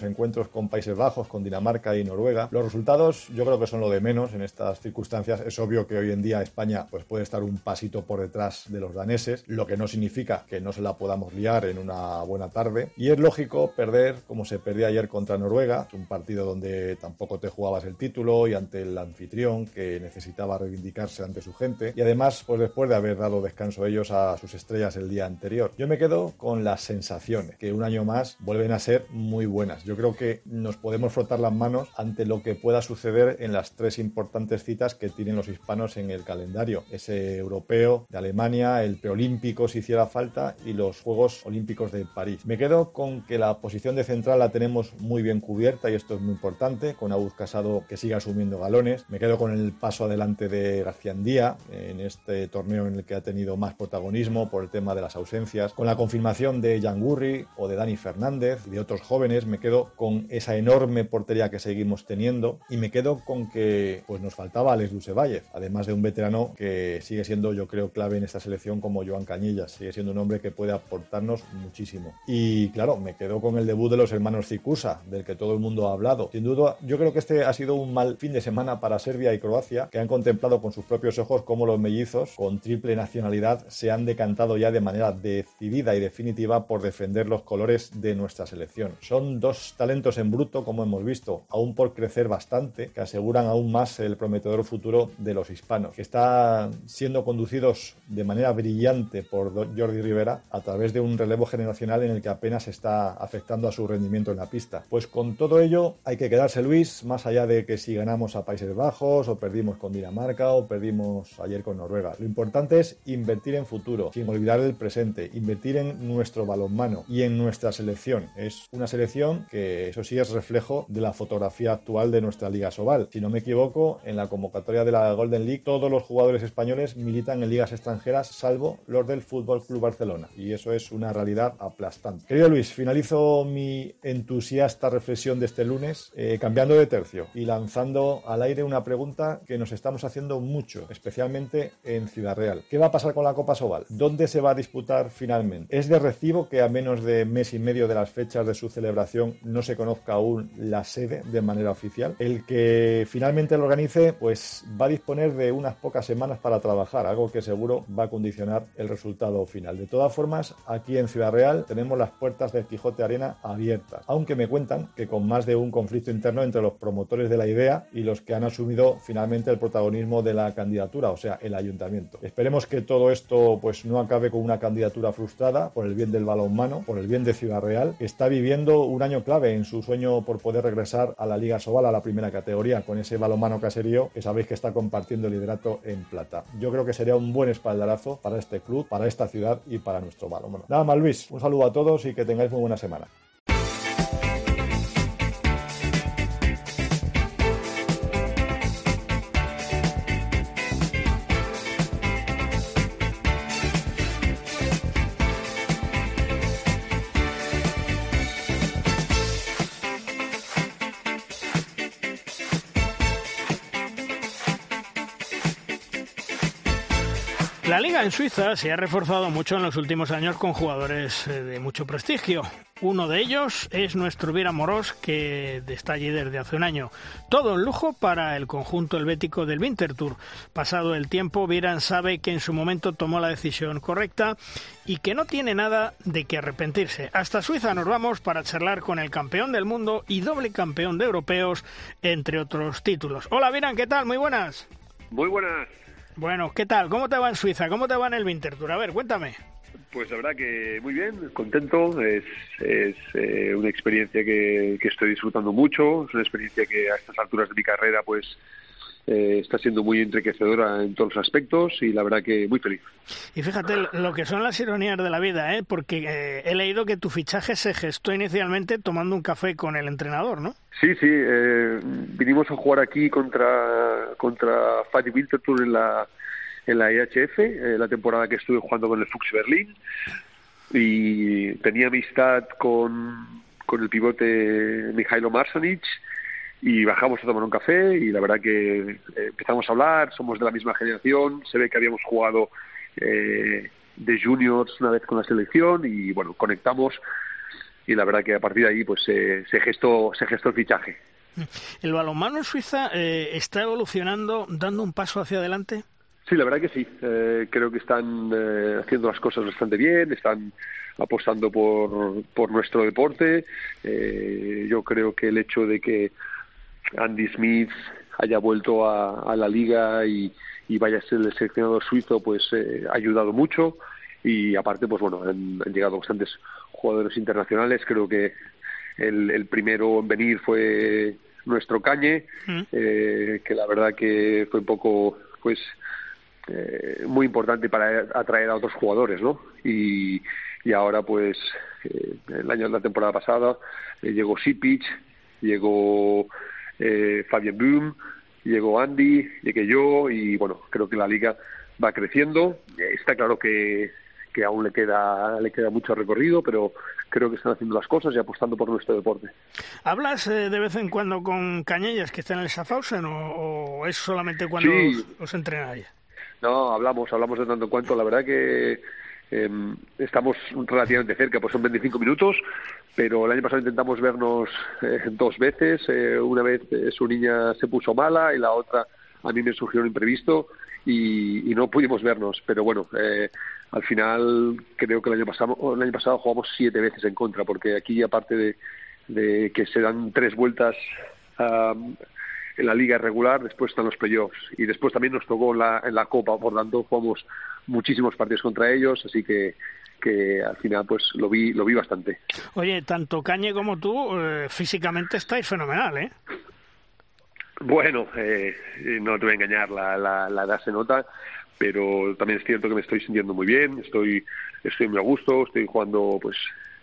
encuentros con Países Bajos, con Dinamarca y Noruega. Los resultados yo creo que son lo de menos en estas circunstancias. Es obvio que hoy en día España pues puede estar un pasito por detrás de los daneses, lo que no significa que no se la podamos liar en una buena tarde. Y es lógico perder como se perdió ayer contra Noruega, un partido donde tampoco te jugabas el título y ante el anfitrión que necesitaba reivindicarse ante su gente. Y además, pues después de haber dado descanso ellos a sus estrellas el día anterior. Yo me quedo con las sensaciones, que un año más vuelven a ser muy buenas. Yo creo que nos podemos frotar las manos ante lo que pueda suceder en las 3 importantes citas que tienen los hispanos en el calendario. Ese europeo de Alemania, el preolímpico si hiciera falta y los Juegos Olímpicos de París. Me quedo con que la posición de central la tenemos muy bien cubierta y esto es muy importante, con Aúz Casado que sigue asumiendo galones. Me quedo con el paso adelante de García Ndía en este torneo en el que ha tenido más protagonismo por el tema de las ausencias, con la confirmación de Jan Gurri o de Dani Fernández y de otros jóvenes. Me quedo con esa enorme portería que seguimos teniendo y me quedo con que pues nos faltaba Alex Dusevalle, además de un veterano que sigue siendo yo creo clave en esta selección como Joan Cañellas, sigue siendo un hombre que puede aportarnos muchísimo. Y claro, me quedo con el debut de los hermanos Cicusa, del que todo el mundo ha hablado. Sin duda, yo creo que este ha sido un mal fin de semana para Serbia y Croacia, que han contemplado con sus propios ojos cómo los mellizos, con triple nacionalidad, se han decantado ya de manera decidida y definitiva por defender los colores de nuestra selección. Son 2 talentos en bruto, como hemos visto, aún por crecer bastante, que aseguran aún más el prometedor futuro de los hispanos, que están siendo conducidos de manera brillante por Jordi Rivera a través de un relevo generacional en el que apenas está afectando a su rendimiento en la pista. Pues con todo ello hay que quedarse, Luis, más allá de que si ganamos a Países Bajos o perdimos con Dinamarca o perdimos ayer con Noruega. Lo importante es invertir en futuro, sin olvidar el presente, invertir en nuestro balonmano y en nuestra selección. Es una selección que, eso sí, es reflejo de la fotografía actual de nuestra Liga Sobal. Si no me equivoco, en la convocatoria de la Golden League todos los jugadores españoles militan en ligas extranjeras, salvo los del Fútbol Club Barcelona, y eso es una realidad aplastante. Querido Luis, finalizo mi entusiasta reflexión de este lunes cambiando de tercio y lanzando al aire una pregunta que nos estamos haciendo mucho, especialmente en Ciudad Real. ¿Qué va a pasar con la Copa Sobal? ¿Dónde se va a disputar finalmente? ¿Es de recibo que a menos de mes y medio de las fechas de su celebración no se conozca aún la sede de manera oficial? El que finalmente lo organice pues va a disponer de unas pocas semanas para trabajar, algo que seguro va a condicionar el resultado final. De todas formas, aquí en Ciudad Real tenemos las puertas del Quijote Arena abiertas, aunque me cuentan que con más de un conflicto interno entre los promotores de la idea y los que han asumido finalmente el protagonismo de la candidatura, o sea, el ayuntamiento. Esperemos que todo esto pues no acabe con una candidatura frustrada por el bien del balonmano, por el bien de Ciudad Real, que está viviendo un año clave en su sueño por poder regresar a la Liga Sobal, a la primera categoría, con ese balonmano caserío que sabéis que está compartiendo el liderato en plata. Yo creo que sería un buen espaldarazo para este club, para esta ciudad y para nuestro balonmano. Nada más, Luis, un saludo a todos y que tengáis muy buena semana. La liga en Suiza se ha reforzado mucho en los últimos años con jugadores de mucho prestigio. Uno de ellos es nuestro Viera Morós, que está allí desde hace un año. Todo un lujo para el conjunto helvético del Winterthur. Pasado el tiempo, Vieran sabe que en su momento tomó la decisión correcta y que no tiene nada de qué arrepentirse. Hasta Suiza nos vamos para charlar con el campeón del mundo y doble campeón de europeos, entre otros títulos. Hola Vieran, ¿qué tal? Muy buenas. Muy buenas. Bueno, ¿qué tal? ¿Cómo te va en Suiza? ¿Cómo te va en el Winterthur? A ver, cuéntame. Pues la verdad que muy bien, contento. Es una experiencia que estoy disfrutando mucho. Es una experiencia que a estas alturas de mi carrera pues está siendo muy enriquecedora en todos los aspectos y la verdad que muy feliz. Y fíjate lo que son las ironías de la vida, porque he leído que tu fichaje se gestó inicialmente tomando un café con el entrenador, ¿no? Sí, vinimos a jugar aquí contra Fatih Winterthur en la EHF, la temporada que estuve jugando con el Fuchs Berlín, y tenía amistad con el pivote Mijailo Marsanic y bajamos a tomar un café y la verdad que empezamos a hablar, somos de la misma generación, se ve que habíamos jugado de juniors una vez con la selección y bueno, conectamos la verdad que a partir de ahí pues se gestó el fichaje. ¿El balonmano en Suiza está evolucionando, dando un paso hacia adelante? Sí, la verdad que sí. Creo que están haciendo las cosas bastante bien, están apostando por nuestro deporte. Yo creo que el hecho de que Andy Smith haya vuelto a la liga y vaya a ser el seleccionador suizo, pues ha ayudado mucho. Y aparte, pues bueno, han llegado bastantes jugadores internacionales. Creo que el primero en venir fue nuestro Cañe, que la verdad que fue un poco, pues, muy importante para atraer a otros jugadores, ¿no? Y ahora, pues, la temporada pasada llegó Sipic, llegó Fabian Boom, llegó Andy, llegué yo, y bueno, creo que la liga va creciendo. Está claro que aún le queda mucho recorrido, pero creo que están haciendo las cosas y apostando por nuestro deporte. ¿Hablas de vez en cuando con Cañellas que está en el Schaffhausen o es solamente cuando os entrenáis? No, hablamos de tanto en cuanto. La verdad que estamos relativamente cerca, pues son 25 minutos, pero el año pasado intentamos vernos 2 veces. Una vez su niña se puso mala y la otra a mí me surgió un imprevisto y no pudimos vernos, pero bueno, al final creo que el año pasado jugamos 7 veces en contra, porque aquí aparte de que se dan 3 vueltas en la liga regular, después están los playoffs y después también nos tocó en la Copa, por tanto jugamos muchísimos partidos contra ellos, así que al final pues lo vi bastante. Oye, tanto Cañe como tú físicamente estáis fenomenal, ¿eh? Bueno, no te voy a engañar, la edad se nota, pero también es cierto que me estoy sintiendo muy bien, estoy muy a gusto, estoy jugando pues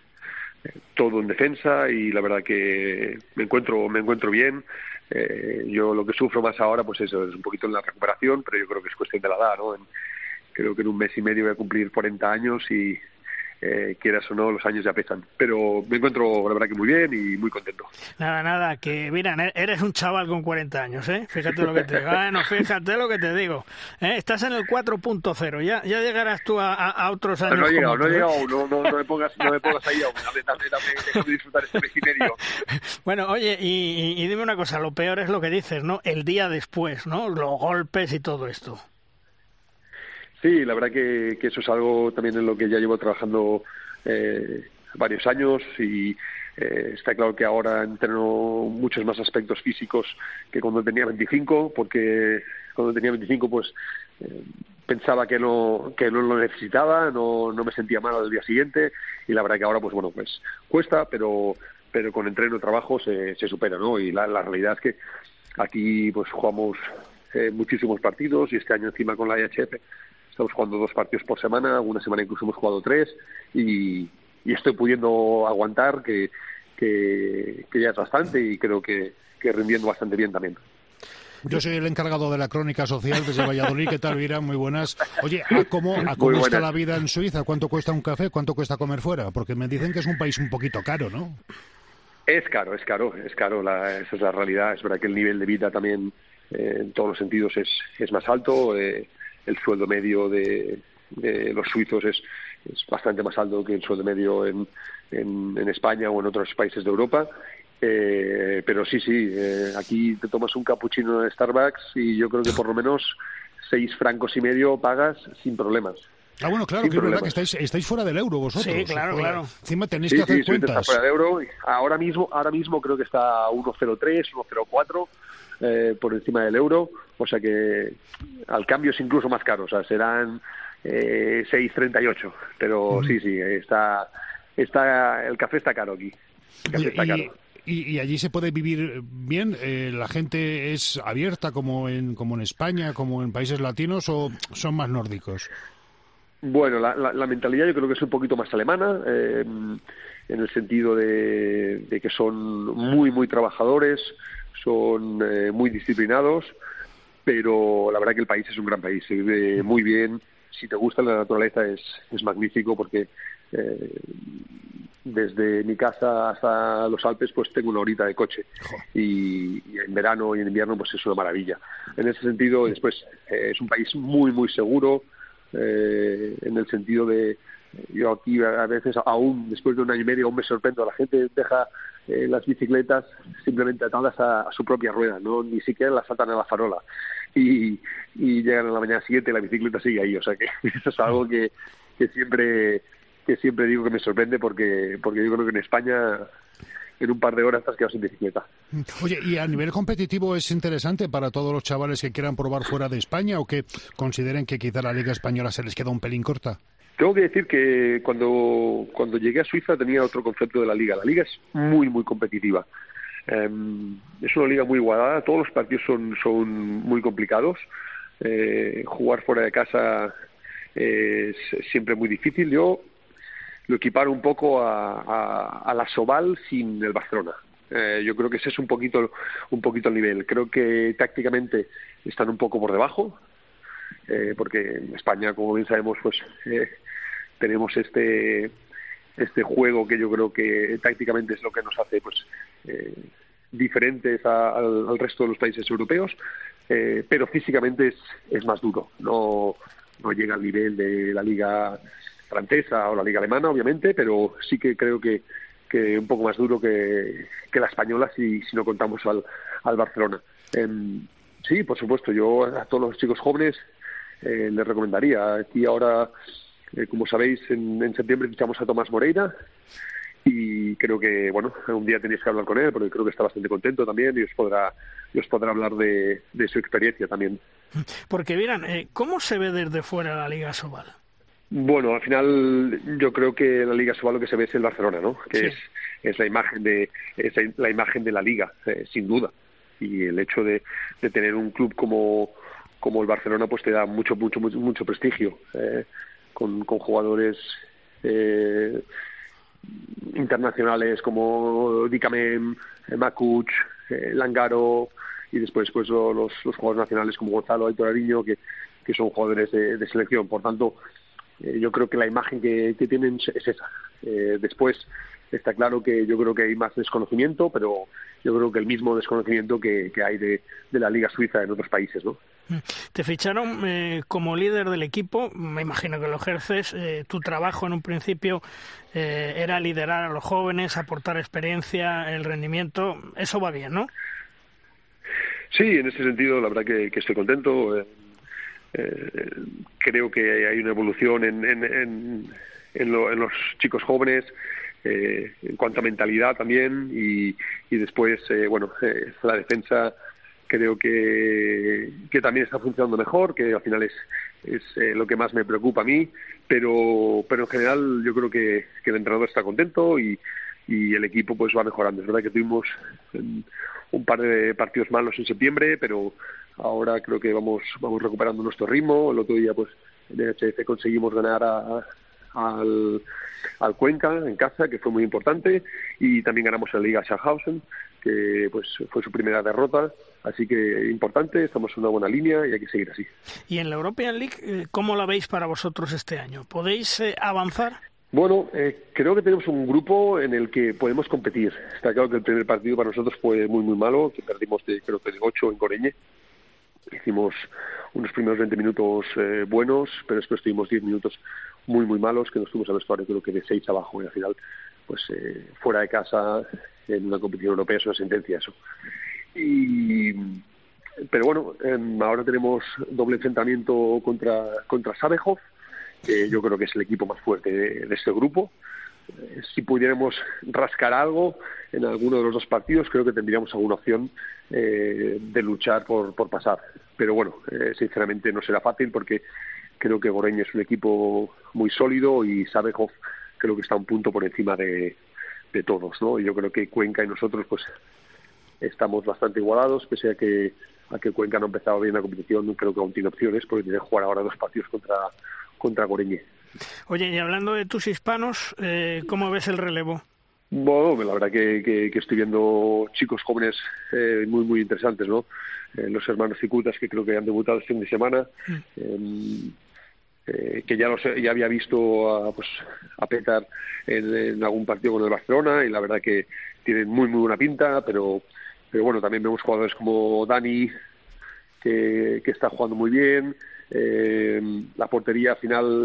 todo en defensa y la verdad que me encuentro bien. Yo lo que sufro más ahora pues eso es un poquito en la recuperación, pero yo creo que es cuestión de la edad, ¿no? Creo que en un mes y medio voy a cumplir 40 años y quieras o no, los años ya pesan. Pero me encuentro, la verdad, que muy bien y muy contento. Nada, que mira, eres un chaval con 40 años, ¿eh? Fíjate lo que te digo. Bueno, fíjate lo que te digo. Estás en el 4.0, ya llegarás tú a otros años. No he llegado, no me pongas ahí aún. Déjame disfrutar este mes y medio. Bueno, oye, y dime una cosa, lo peor es lo que dices, ¿no? El día después, ¿no? Los golpes y todo esto. Sí, la verdad que eso es algo también en lo que ya llevo trabajando varios años y está claro que ahora entreno muchos más aspectos físicos que cuando tenía 25, porque cuando tenía 25 pues pensaba que no lo necesitaba, no me sentía mal al día siguiente y la verdad que ahora pues bueno, pues cuesta, pero con entreno y trabajo se supera, ¿no? Y la realidad es que aquí pues jugamos muchísimos partidos y este año encima con la IHF estamos jugando 2 partidos por semana, una semana incluso hemos jugado 3 y estoy pudiendo aguantar que ya es bastante y creo que rindiendo bastante bien también. Yo soy el encargado de la crónica social desde Valladolid. ¿Qué tal, Vira? Muy buenas. Oye, ¿cómo está la vida en Suiza? ¿Cuánto cuesta un café? ¿Cuánto cuesta comer fuera? Porque me dicen que es un país un poquito caro, ¿no? Es caro. Esa es la realidad. Es verdad que el nivel de vida también en todos los sentidos es más alto. El sueldo medio de los suizos es bastante más alto que el sueldo medio en España o en otros países de Europa. Pero sí, aquí te tomas un cappuccino en Starbucks y yo creo que por lo menos 6,5 francos pagas sin problemas. Ah, bueno, claro, que es verdad que estáis fuera del euro vosotros. Sí, claro. Encima tenéis que hacer cuentas. Está fuera del euro. Ahora mismo creo que está 1,03, 1,04 por encima del euro, o sea que al cambio es incluso más caro, o sea, serán 6,38, pero sí, está el café está caro aquí. El café está caro. ¿Y allí se puede vivir bien? ¿La gente es abierta como en España, como en países latinos, o son más nórdicos? Bueno, la mentalidad yo creo que es un poquito más alemana, en el sentido de que son muy, muy trabajadores, son muy disciplinados, pero la verdad que el país es un gran país, se vive muy bien. Si te gusta la naturaleza es magnífico porque desde mi casa hasta los Alpes pues tengo 1 horita de coche y en verano y en invierno pues es una maravilla. En ese sentido después es un país muy muy seguro en el sentido de Yo aquí a veces, aún después de un año y medio, aún me sorprendo. La gente deja las bicicletas simplemente atadas a su propia rueda, no ni siquiera las atan a la farola. Y llegan a la mañana siguiente y la bicicleta sigue ahí. O sea que eso es algo que siempre digo que me sorprende, porque yo creo que en España en un par de horas te has quedado sin bicicleta. Oye, ¿y a nivel competitivo es interesante para todos los chavales que quieran probar fuera de España o que consideren que quizá la Liga Española se les queda un pelín corta? Tengo que decir que cuando llegué a Suiza tenía otro concepto de la Liga. La Liga es muy, muy competitiva. Es una liga muy igualada, todos los partidos son muy complicados. Jugar fuera de casa es siempre muy difícil. Yo lo equiparo un poco a la Soval sin el Barcelona. Yo creo que ese es un poquito el nivel. Creo que tácticamente están un poco por debajo, porque en España, como bien sabemos, pues tenemos este juego que yo creo que tácticamente es lo que nos hace pues diferentes al resto de los países europeos, pero físicamente es más duro. No llega al nivel de la liga francesa o la liga alemana, obviamente, pero sí que creo que un poco más duro que la española si no contamos al Barcelona. Sí, por supuesto, yo a todos los chicos jóvenes les recomendaría. Aquí ahora, como sabéis, en septiembre fichamos a Tomás Moreira y creo que, bueno, un día tenéis que hablar con él porque creo que está bastante contento también y os podrá hablar de su experiencia también. Porque, miran, ¿cómo se ve desde fuera la Liga Sobal? Bueno, al final yo creo que la Liga Sobal lo que se ve es el Barcelona, ¿no? Que sí. es la imagen de la Liga, sin duda. Y el hecho de tener un club como el Barcelona pues te da mucho prestigio, con jugadores internacionales como Dicamem, Makuch, Langaro, y después pues los jugadores nacionales como Gonzalo, Aitor Ariño, que son jugadores de selección. Por tanto, yo creo que la imagen que tienen es esa. Después está claro que yo creo que hay más desconocimiento, pero yo creo que el mismo desconocimiento que hay de la Liga Suiza en otros países, ¿no? Te ficharon como líder del equipo, me imagino que lo ejerces. Tu trabajo en un principio era liderar a los jóvenes, aportar experiencia, el rendimiento. Eso va bien, ¿no? Sí, en ese sentido la verdad que estoy contento. Creo que hay una evolución en los chicos jóvenes, en cuanto a mentalidad también, y después la defensa creo que también está funcionando mejor, que al final es lo que más me preocupa a mí, pero en general yo creo que el entrenador está contento y el equipo pues va mejorando. Es verdad que tuvimos un par de partidos malos en septiembre, pero ahora creo que vamos recuperando nuestro ritmo. El otro día pues en el HF conseguimos ganar al Cuenca en casa, que fue muy importante, y también ganamos en la Liga Schaffhausen, que pues fue su primera derrota, así que importante, estamos en una buena línea y hay que seguir así. ¿Y en la European League cómo la veis para vosotros este año? ¿Podéis avanzar? Bueno, creo que tenemos un grupo en el que podemos competir. Está claro que el primer partido para nosotros fue muy malo, que perdimos creo que de 8 en Coreñe. Hicimos unos primeros 20 minutos buenos, pero después tuvimos 10 minutos muy malos, que nos fuimos al vestuario creo que de 6 abajo, y al final pues fuera de casa en una competición europea es una sentencia eso. Pero bueno, ahora tenemos doble enfrentamiento contra Sabejov, que yo creo que es el equipo más fuerte de este grupo. Si pudiéramos rascar algo en alguno de los dos partidos, creo que tendríamos alguna opción de luchar por pasar. Pero bueno, sinceramente no será fácil porque creo que Goreña es un equipo muy sólido y Sabejov creo que está un punto por encima de todos, ¿no? Y yo creo que Cuenca y nosotros pues estamos bastante igualados, pese a que Cuenca no ha empezado bien la competición. Creo que aún tiene opciones porque tiene que jugar ahora 2 partidos contra Goreñe. Oye, y hablando de tus hispanos, ¿cómo ves el relevo? Bueno, la verdad que estoy viendo chicos jóvenes muy interesantes, ¿no? Los hermanos Cicutas, que creo que han debutado este fin de semana, que ya había visto a Petar en algún partido con el Barcelona, y la verdad que tienen muy buena pinta, pero bueno, también vemos jugadores como Dani, que está jugando muy bien. La portería final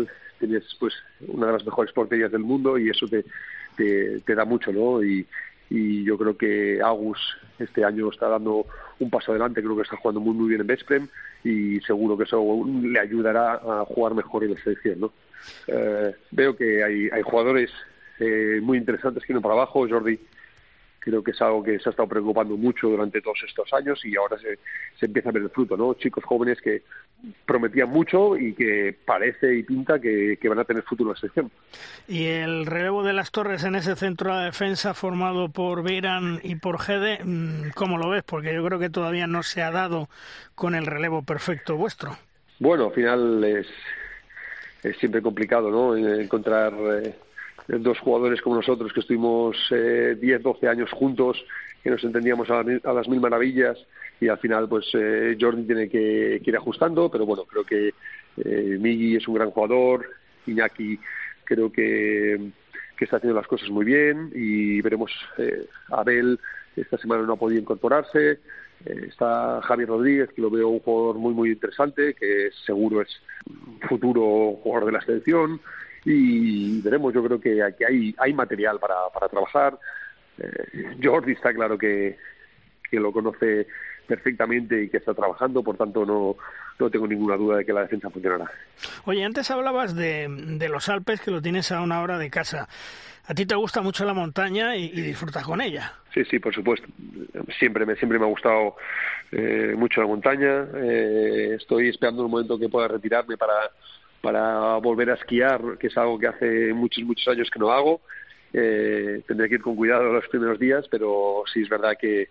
tienes pues una de las mejores porterías del mundo y eso te da mucho, ¿no? Y yo creo que Agus este año está dando un paso adelante, creo que está jugando muy bien en Veszprém y seguro que eso le ayudará a jugar mejor en la selección, ¿no? Veo que hay jugadores muy interesantes que vienen para abajo. Jordi creo que es algo que se ha estado preocupando mucho durante todos estos años y ahora se empieza a ver el fruto, ¿no? Chicos jóvenes que prometían mucho y que parece y pinta que van a tener futuro en la selección. Y el relevo de las Torres en ese centro de defensa formado por Beirán y por Gede, ¿cómo lo ves? Porque yo creo que todavía no se ha dado con el relevo perfecto vuestro. Bueno, al final es siempre complicado, ¿no? Encontrar dos jugadores como nosotros que estuvimos 10, 12 años juntos, que nos entendíamos a las mil maravillas y al final pues Jordi tiene que ir ajustando, pero bueno, creo que Migi es un gran jugador, Iñaki creo que está haciendo las cosas muy bien y veremos Abel esta semana no ha podido incorporarse, está Javier Rodríguez que lo veo un jugador muy muy interesante, que seguro es un futuro jugador de la selección. Y veremos, yo creo que aquí hay material para trabajar. Jordi está claro que lo conoce perfectamente y que está trabajando, por tanto no tengo ninguna duda de que la defensa funcionará. Oye, antes hablabas de los Alpes, que lo tienes a una hora de casa. ¿A ti te gusta mucho la montaña y disfrutas con ella? Sí, por supuesto. Siempre me ha gustado mucho la montaña. Estoy esperando un momento que pueda retirarme para volver a esquiar, que es algo que hace muchos muchos años que no hago. Tendré que ir con cuidado los primeros días, pero sí es verdad que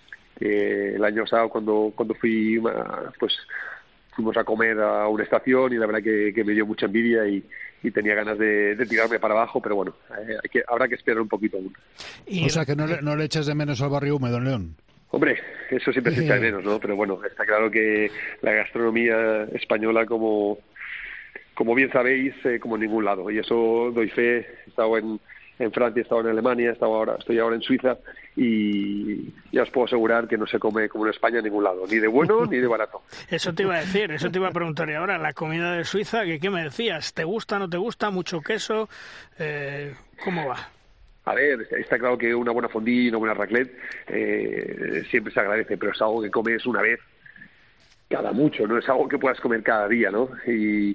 el año pasado cuando fui, pues fuimos a comer a una estación y la verdad que me dio mucha envidia y tenía ganas de tirarme para abajo, pero bueno, habrá que esperar un poquito aún. O sea que no le echas de menos al barrio húmedo en León. Hombre, eso siempre se echa de menos, ¿no? Pero bueno, está claro que la gastronomía española, como bien sabéis, como en ningún lado, y eso doy fe. He estado en Francia, he estado en Alemania, estoy ahora en Suiza y ya os puedo asegurar que no se come como en España en ningún lado, ni de bueno ni de barato. Eso te iba a decir, eso te iba a preguntar. Y ahora, la comida de Suiza, ¿qué me decías? ¿Te gusta, no te gusta? ¿Mucho queso? ¿Cómo va? A ver, está claro que una buena fondue y una buena raclette siempre se agradece, pero es algo que comes una vez cada mucho, no es algo que puedas comer cada día, ¿no? Y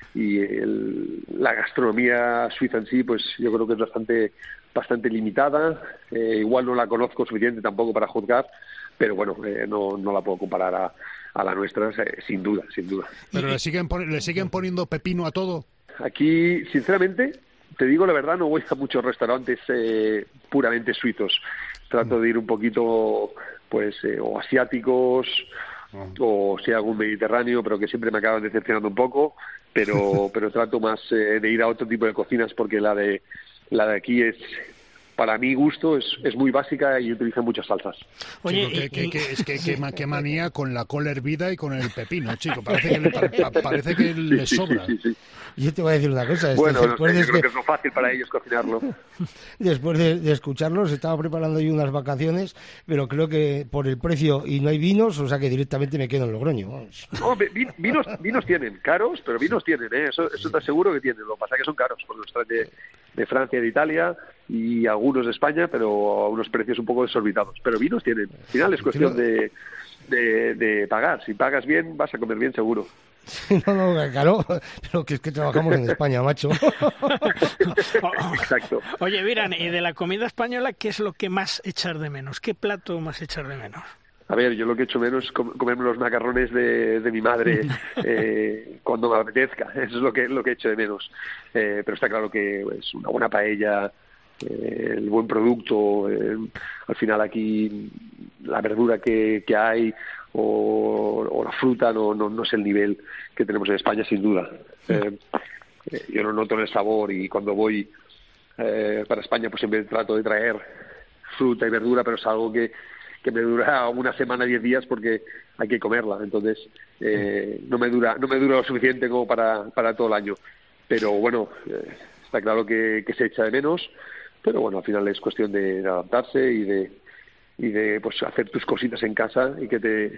la gastronomía suiza en sí, pues yo creo que es bastante limitada. Igual no la conozco suficiente tampoco para juzgar, pero bueno, no la puedo comparar a la nuestra, sin duda. ¿Pero le siguen poniendo pepino a todo? Aquí, sinceramente, te digo la verdad, no voy a muchos restaurantes puramente suizos. Trato de ir un poquito, pues, o asiáticos, o sea algún mediterráneo, pero que siempre me acaban decepcionando un poco, pero trato más de ir a otro tipo de cocinas porque la de aquí es, para mi gusto, es muy básica y utiliza muchas salsas. Oye, chico, qué manía con la col hervida y con el pepino, chico, parece que le sobra. Sí. Yo te voy a decir una cosa. Bueno, yo creo que es lo fácil para ellos cocinarlo. Después de escucharlos, estaba preparando yo unas vacaciones, pero creo que por el precio y no hay vinos, o sea que directamente me quedo en Logroño. Vamos. No, vinos tienen, caros, pero vinos tienen, eso te aseguro que tienen. Lo que pasa es que son caros, porque los traen de Francia, de Italia y algunos de España, pero a unos precios un poco desorbitados. Pero vinos tienen. Al final es cuestión de pagar. Si pagas bien, vas a comer bien seguro. No, claro, pero que es que trabajamos en España, macho. Exacto. Oye, Beirán, y de la comida española, ¿qué es lo que más echar de menos? ¿Qué plato más echar de menos? A ver, yo lo que echo menos es comerme los macarrones de mi madre cuando me apetezca. Eso es lo que echo de menos. Pero está claro que es una buena paella, el buen producto. Al final aquí la verdura que hay o la fruta no es el nivel que tenemos en España, sin duda. Yo no noto el sabor y cuando voy para España pues siempre trato de traer fruta y verdura, pero es algo que me dura una semana, 10 días porque hay que comerla. Entonces no me dura lo suficiente como para todo el año. Pero bueno, está claro que se echa de menos, pero bueno, al final es cuestión de adaptarse y de pues hacer tus cositas en casa y que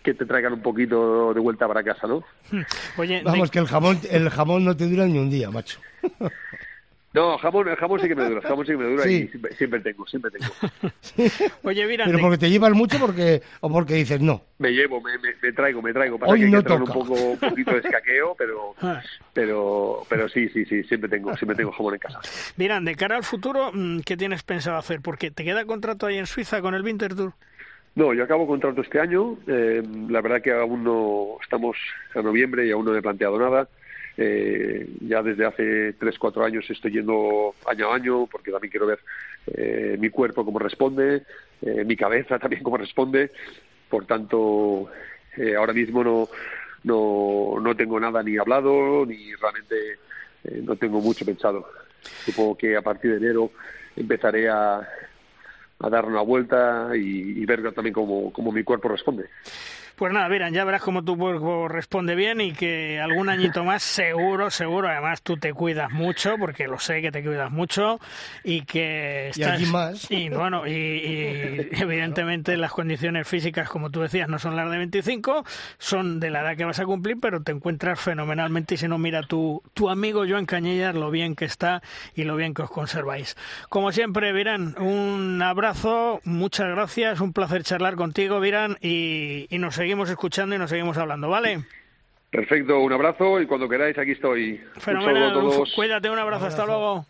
que te traigan un poquito de vuelta para casa, ¿no? Oye, vamos, que el jamón no te dura ni un día, macho. No, jamón sí que me dura, sí. Y siempre tengo. Oye, mira, ¿pero porque te llevas mucho o porque dices no? Me llevo, me traigo. Pasa hoy que no toca. Un poquito de escaqueo, pero sí, siempre tengo jamón en casa. Mira, de cara al futuro, ¿qué tienes pensado hacer? Porque te queda contrato ahí en Suiza con el Winterthur. No, yo acabo contrato este año. La verdad que aún no estamos en noviembre y aún no he planteado nada. Ya desde hace 3-4 años estoy yendo año a año porque también quiero ver mi cuerpo cómo responde, mi cabeza también cómo responde. Por tanto, ahora mismo no tengo nada ni hablado ni realmente no tengo mucho pensado. Supongo que a partir de enero empezaré a dar una vuelta y ver también cómo mi cuerpo responde. Pues nada, Viran, ya verás cómo tu cuerpo responde bien y que algún añito más seguro, además tú te cuidas mucho, porque lo sé que te cuidas mucho y que estás... Y allí más. Y bueno, y evidentemente las condiciones físicas, como tú decías, no son las de 25, son de la edad que vas a cumplir, pero te encuentras fenomenalmente y si no, mira tu amigo Joan Cañellas, lo bien que está y lo bien que os conserváis. Como siempre, Viran, un abrazo, muchas gracias, un placer charlar contigo, Viran, y nos seguimos escuchando y nos seguimos hablando, ¿vale? Perfecto, un abrazo y cuando queráis aquí estoy. Fenomenal, un saludo a todos. Cuídate, un abrazo, hasta luego.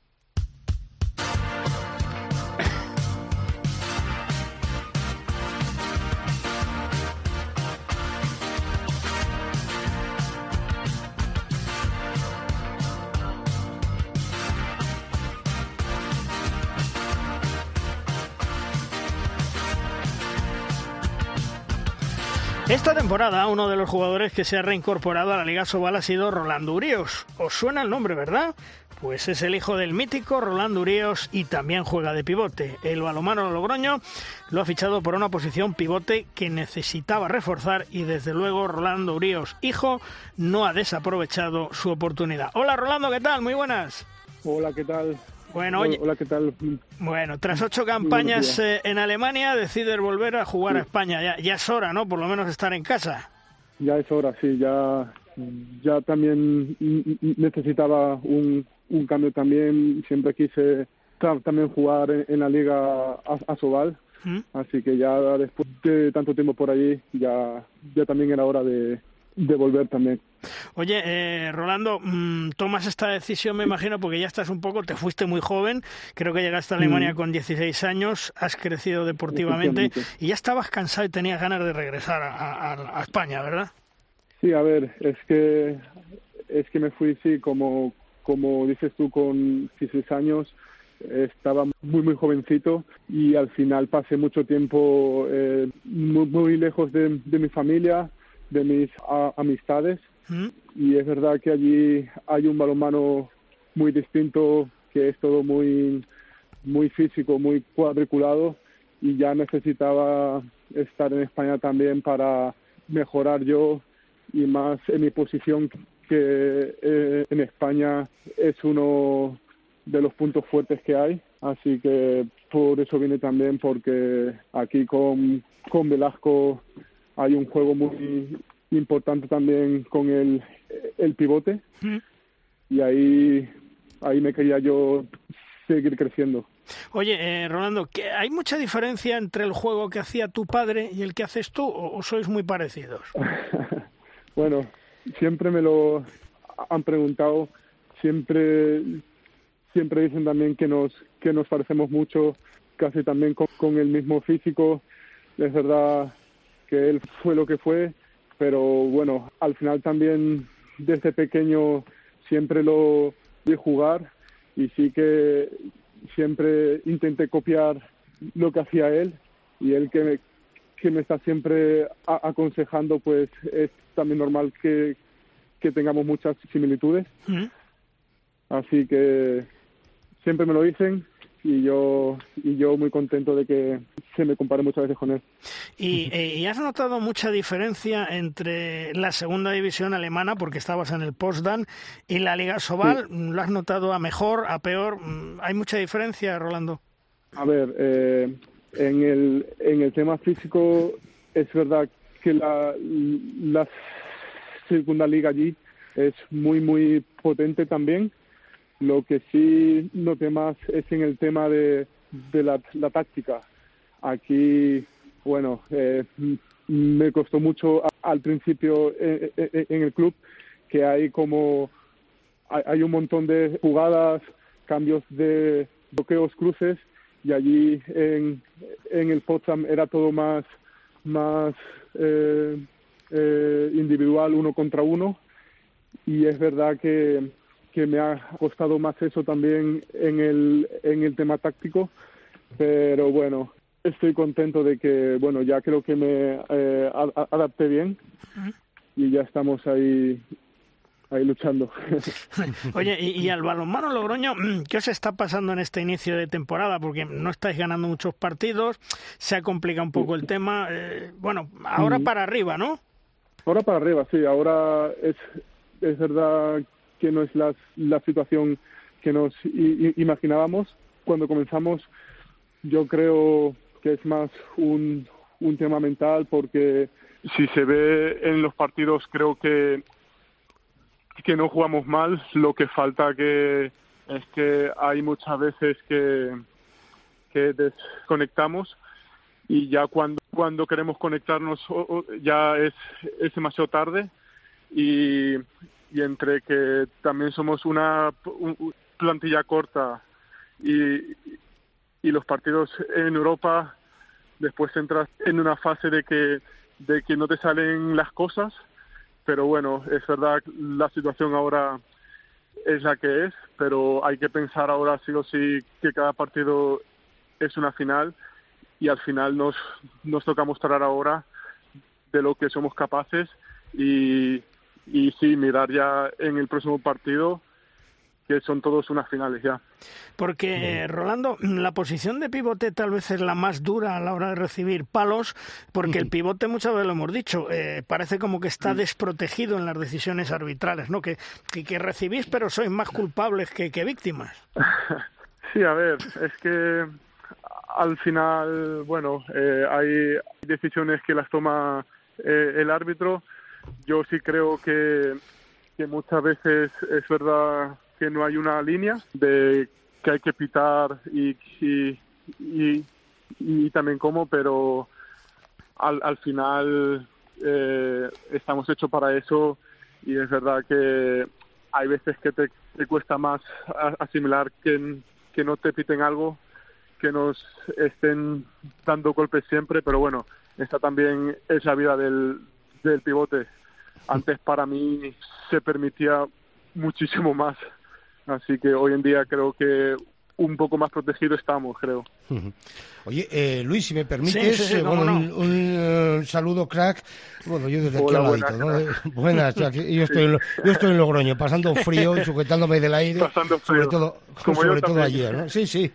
Esta temporada uno de los jugadores que se ha reincorporado a la Liga Sobal ha sido Rolando Urios. ¿Os suena el nombre, verdad? Pues es el hijo del mítico Rolando Urios y también juega de pivote. El balonmano Logroño lo ha fichado por una posición pivote que necesitaba reforzar y desde luego Rolando Urios, hijo, no ha desaprovechado su oportunidad. Hola Rolando, ¿qué tal? Muy buenas. Hola, ¿qué tal? Bueno, oye, hola, ¿qué tal? Bueno, tras 8 campañas en Alemania, decides volver a jugar a España. Ya es hora, ¿no? Por lo menos estar en casa. Ya es hora, sí. Ya también necesitaba un cambio también. Siempre quise también jugar en la Liga Asobal. Así que ya después de tanto tiempo por allí, ya también era hora de volver también. Oye, Rolando, tomas esta decisión, me imagino, porque ya estás te fuiste muy joven, creo que llegaste a Alemania con 16 años, has crecido deportivamente y ya estabas cansado y tenías ganas de regresar a España, ¿verdad? Sí, a ver, es que me fui, sí, como dices tú, con 16 años, estaba muy jovencito y al final pasé mucho tiempo muy lejos de mi familia, de mis amistades, y es verdad que allí hay un balonmano muy distinto, que es todo muy físico, muy cuadriculado, y ya necesitaba estar en España también para mejorar yo y más en mi posición, que en España es uno de los puntos fuertes que hay, así que por eso vine también, porque aquí con Velasco hay un juego muy importante también con el pivote, y ahí me quería yo seguir creciendo. Oye, Rolando, ¿hay mucha diferencia entre el juego que hacía tu padre y el que haces tú, o sois muy parecidos? Bueno, siempre me lo han preguntado, siempre dicen también que nos parecemos mucho, casi también con el mismo físico. Es verdad que él fue lo que fue, pero bueno, al final también desde pequeño siempre lo vi jugar y sí que siempre intenté copiar lo que hacía él, y él que me está siempre aconsejando, pues es también normal que tengamos muchas similitudes. Así que siempre me lo dicen y yo muy contento de que se me compare muchas veces con él. ¿Y has notado mucha diferencia entre la segunda división alemana, porque estabas en el Potsdam, y la Liga Sobal? Sí. ¿Lo has notado a mejor, a peor? ¿Hay mucha diferencia, Rolando? A ver, en el tema físico es verdad que la segunda liga allí es muy, muy potente también. Lo que sí noté más es en el tema de la táctica. Aquí, bueno, me costó mucho al principio en el club, que hay un montón de jugadas, cambios de bloqueos, cruces, y allí en el Potsdam era todo más individual, 1 contra 1, y es verdad que me ha costado más eso también en el tema táctico, pero bueno, estoy contento de que, bueno, ya creo que me adapté bien y ya estamos ahí luchando. Oye, y al balonmano Logroño, ¿qué os está pasando en este inicio de temporada? Porque no estáis ganando muchos partidos, se ha complicado un poco el tema. Bueno, ahora para arriba, ¿no? Ahora para arriba, sí. Ahora es verdad que no es la situación que nos imaginábamos cuando comenzamos. Yo creo que es más un tema mental, porque si se ve en los partidos, creo que no jugamos mal. Lo que falta es que hay muchas veces que desconectamos, y ya cuando queremos conectarnos ya es demasiado tarde, y entre que también somos una plantilla corta y los partidos en Europa, después entras en una fase de que no te salen las cosas. Pero bueno, es verdad, la situación ahora es la que es, pero hay que pensar ahora sí o sí que cada partido es una final, y al final nos toca mostrar ahora de lo que somos capaces, y sí, mirar ya en el próximo partido, que son todos unas finales ya. Porque, Rolando, la posición de pivote tal vez es la más dura a la hora de recibir palos, porque el pivote, muchas veces lo hemos dicho, parece como que está desprotegido en las decisiones arbitrales, ¿no? Que recibís, pero sois más culpables que víctimas. Sí, a ver, es que al final, bueno, hay decisiones que las toma el árbitro. Yo sí creo que muchas veces es verdad que no hay una línea de que hay que pitar y también cómo, pero al final estamos hechos para eso, y es verdad que hay veces que te cuesta más asimilar que no te piten algo, que nos estén dando golpes siempre, pero bueno, esta también es la vida del pivote. Antes para mí se permitía muchísimo más, así que hoy en día creo que un poco más protegido estamos, creo. Oye, Luis, si me permites, sí, bueno, no. un saludo, crack. Bueno, yo desde aquí al ladito, ¿no? Buenas, yo estoy en Logroño, pasando frío y sujetándome del aire, sobre todo ayer, ¿no? Sí.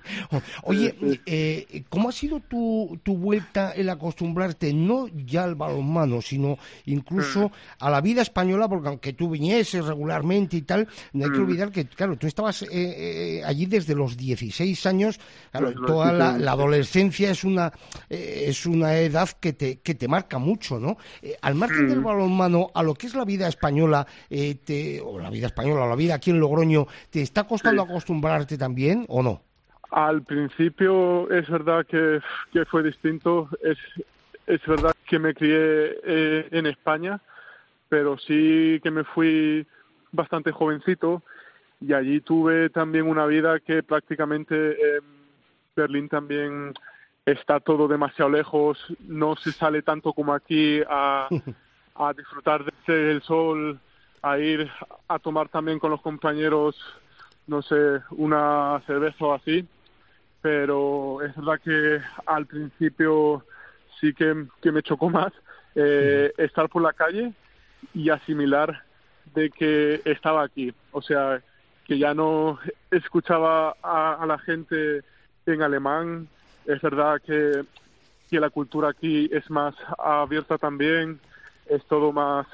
Oye, ¿cómo ha sido tu vuelta, el acostumbrarte no ya al balonmano, sino incluso a la vida española? Porque aunque tú vinieses regularmente y tal, no hay que olvidar que, claro, tú estabas allí desde los 16 años, claro, toda la adolescencia es una edad que te marca mucho, ¿no? Al margen del balonmano, a lo que es la vida española, o la vida aquí en Logroño, ¿te está costando acostumbrarte también o no? Al principio es verdad que fue distinto. Es verdad que me crié en España, pero sí que me fui bastante jovencito, y allí tuve también una vida que prácticamente Berlín también está todo demasiado lejos, no se sale tanto como aquí a disfrutar del sol, a ir a tomar también con los compañeros, no sé, una cerveza o así, pero es verdad que al principio sí que me chocó más estar por la calle y asimilar de que estaba aquí, o sea, que ya no escuchaba a la gente en alemán. Es verdad que la cultura aquí es más abierta también, es todo más,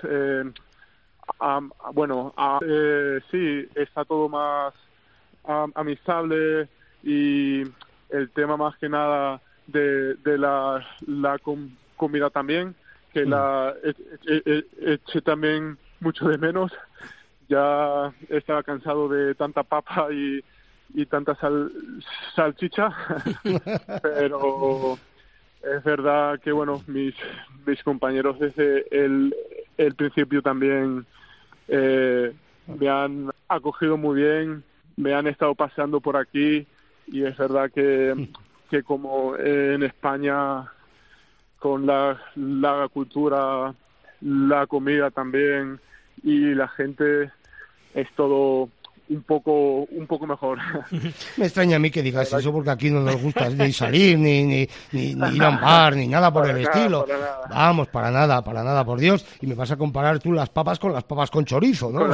sí, está todo más amistable, y el tema más que nada de la comida también, que la eché también mucho de menos. Ya estaba cansado de tanta papa y tanta salchicha, pero es verdad que bueno, mis compañeros desde el principio también me han acogido muy bien, me han estado paseando por aquí, y es verdad que como en España, con la cultura, la comida también y la gente, es todo un poco mejor. Me extraña a mí que digas eso, porque aquí no nos gusta ni salir, ni ir a un bar, ni nada por el estilo. Vamos, para nada, por Dios. Y me vas a comparar tú las papas con las papas con chorizo, ¿no?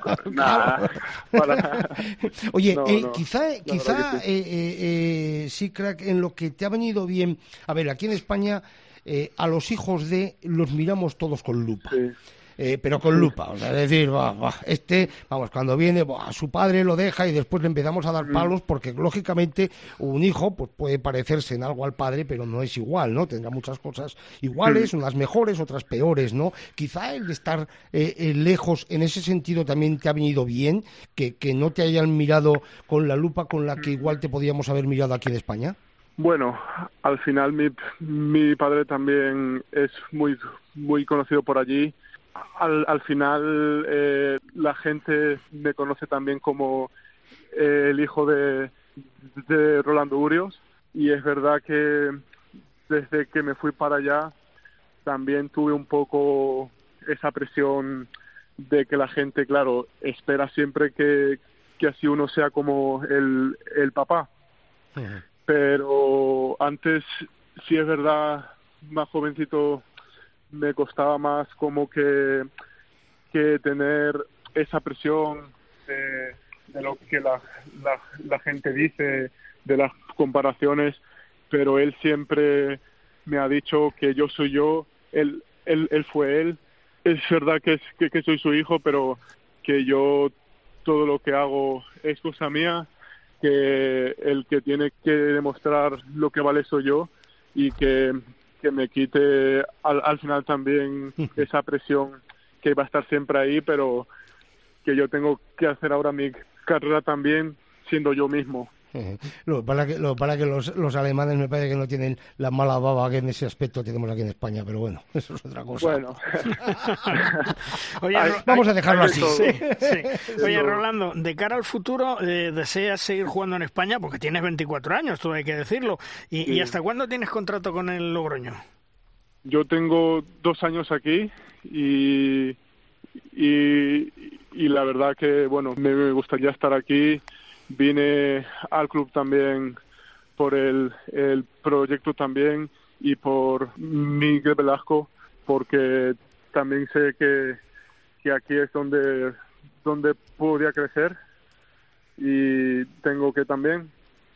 Oye, quizá sí, crack, en lo que te ha venido bien. A ver, aquí en España a los hijos los miramos todos con lupa. Sí. Pero con lupa, o sea, es decir, vamos, cuando viene, su padre lo deja y después le empezamos a dar palos, porque lógicamente un hijo pues puede parecerse en algo al padre, pero no es igual, ¿no? Tendrá muchas cosas iguales, unas mejores, otras peores, ¿no? Quizá el de estar lejos en ese sentido también te ha venido bien, que no te hayan mirado con la lupa con la que igual te podíamos haber mirado aquí en España. Bueno, al final mi padre también es muy conocido por allí. Al final la gente me conoce también como el hijo de Rolando Urios, y es verdad que desde que me fui para allá también tuve un poco esa presión de que la gente, claro, espera siempre que así uno sea como el papá. Uh-huh. Pero antes, sí es verdad, más jovencito, me costaba más como que tener esa presión de lo que la gente dice, de las comparaciones, pero él siempre me ha dicho que yo soy yo, él fue él. Es verdad que soy su hijo, pero que yo todo lo que hago es cosa mía, que el que tiene que demostrar lo que vale soy yo, y que me quite al final también esa presión que va a estar siempre ahí, pero que yo tengo que hacer ahora mi carrera también siendo yo mismo. Lo para que los alemanes me parece que no tienen la mala baba que en ese aspecto tenemos aquí en España, pero bueno, eso es otra cosa. Bueno. Oye, vamos a dejarlo así. Sí. Oye, Rolando, de cara al futuro, ¿deseas seguir jugando en España? Porque tienes 24 años, todo hay que decirlo. ¿Y hasta cuándo tienes contrato con el Logroño? Yo tengo 2 años aquí y la verdad que, bueno, me gustaría estar aquí. Vine al club también por el proyecto también, y por Miguel Velasco, porque también sé que aquí es donde podría crecer, y tengo que también,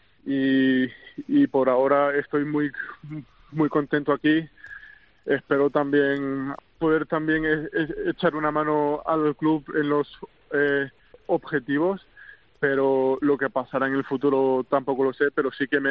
y por ahora estoy muy contento aquí. Espero también poder también echar una mano al club en los objetivos, pero lo que pasará en el futuro tampoco lo sé, pero sí que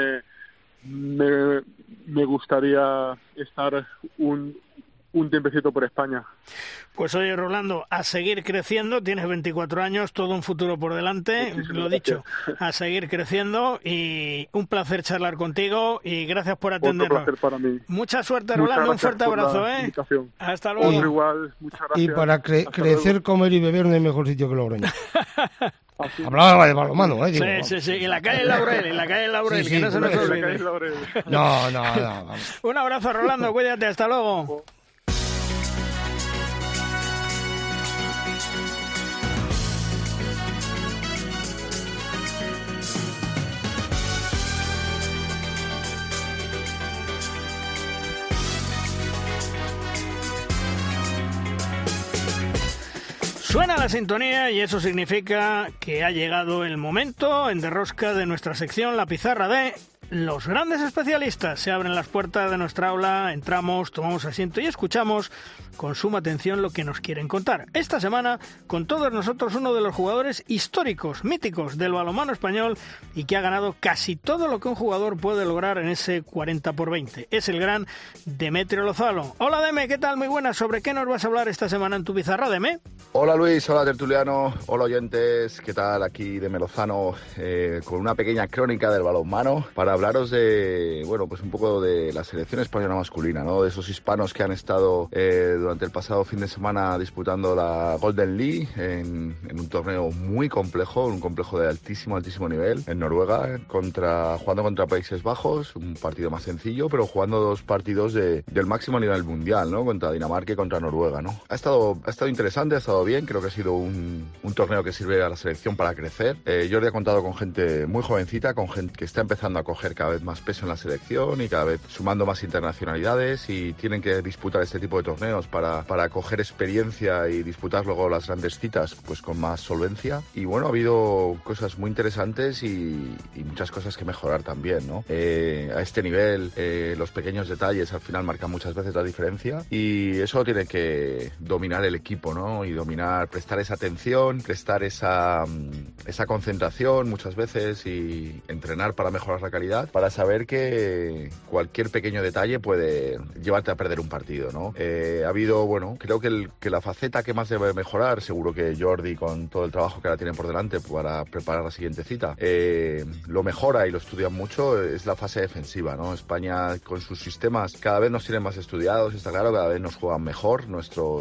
me gustaría estar un tiempecito por España. Pues oye, Rolando, a seguir creciendo, tienes 24 años, todo un futuro por delante, lo dicho, a seguir creciendo, y un placer charlar contigo, y gracias por atendernos. Otro placer para mí. Mucha suerte, Rolando, un fuerte abrazo, Hasta luego. Otro igual, muchas gracias. Y para crecer, comer y beber no hay mejor sitio que Logroño. Hablaba de balonmano, Sí, y la calle Laurel, sí, que no se nos olvide. No, vamos. Un abrazo, Rolando, cuídate, hasta luego. Suena la sintonía y eso significa que ha llegado el momento en De Rosca de nuestra sección La Pizarra de los grandes especialistas. Se abren las puertas de nuestra aula, entramos, tomamos asiento y escuchamos con suma atención lo que nos quieren contar. Esta semana, con todos nosotros, uno de los jugadores históricos, míticos del balonmano español y que ha ganado casi todo lo que un jugador puede lograr en ese 40x20. Es el gran Demetrio Lozano. Hola, Deme, ¿qué tal? Muy buenas. ¿Sobre qué nos vas a hablar esta semana en tu pizarra, Deme? Hola, Luis. Hola, tertuliano. Hola, oyentes. ¿Qué tal? Aquí Deme Lozano con una pequeña crónica del balonmano para hablaros de, bueno, pues un poco de la selección española masculina, ¿no? De esos hispanos que han estado durante el pasado fin de semana disputando la Golden League en un torneo muy complejo, un complejo de altísimo nivel en Noruega, jugando contra Países Bajos, un partido más sencillo, pero jugando dos partidos del máximo nivel mundial, ¿no? Contra Dinamarca y contra Noruega, ¿no? Ha estado interesante, ha estado bien, creo que ha sido un torneo que sirve a la selección para crecer. Jordi ha contado con gente muy jovencita, con gente que está empezando a coger cada vez más peso en la selección y cada vez sumando más internacionalidades, y tienen que disputar este tipo de torneos para coger experiencia y disputar luego las grandes citas pues con más solvencia. Y bueno, ha habido cosas muy interesantes y muchas cosas que mejorar también, ¿no? A este nivel los pequeños detalles al final marcan muchas veces la diferencia, y eso tiene que dominar el equipo, ¿no? Y prestar esa atención, prestar esa concentración muchas veces y entrenar para mejorar la calidad, para saber que cualquier pequeño detalle puede llevarte a perder un partido, ¿no? Ha habido, bueno, creo que la faceta que más debe mejorar, seguro que Jordi, con todo el trabajo que ahora tiene por delante para preparar la siguiente cita, lo mejora y lo estudia mucho, es la fase defensiva, ¿no? España, con sus sistemas, cada vez nos tienen más estudiados, está claro, cada vez nos juegan mejor, nuestro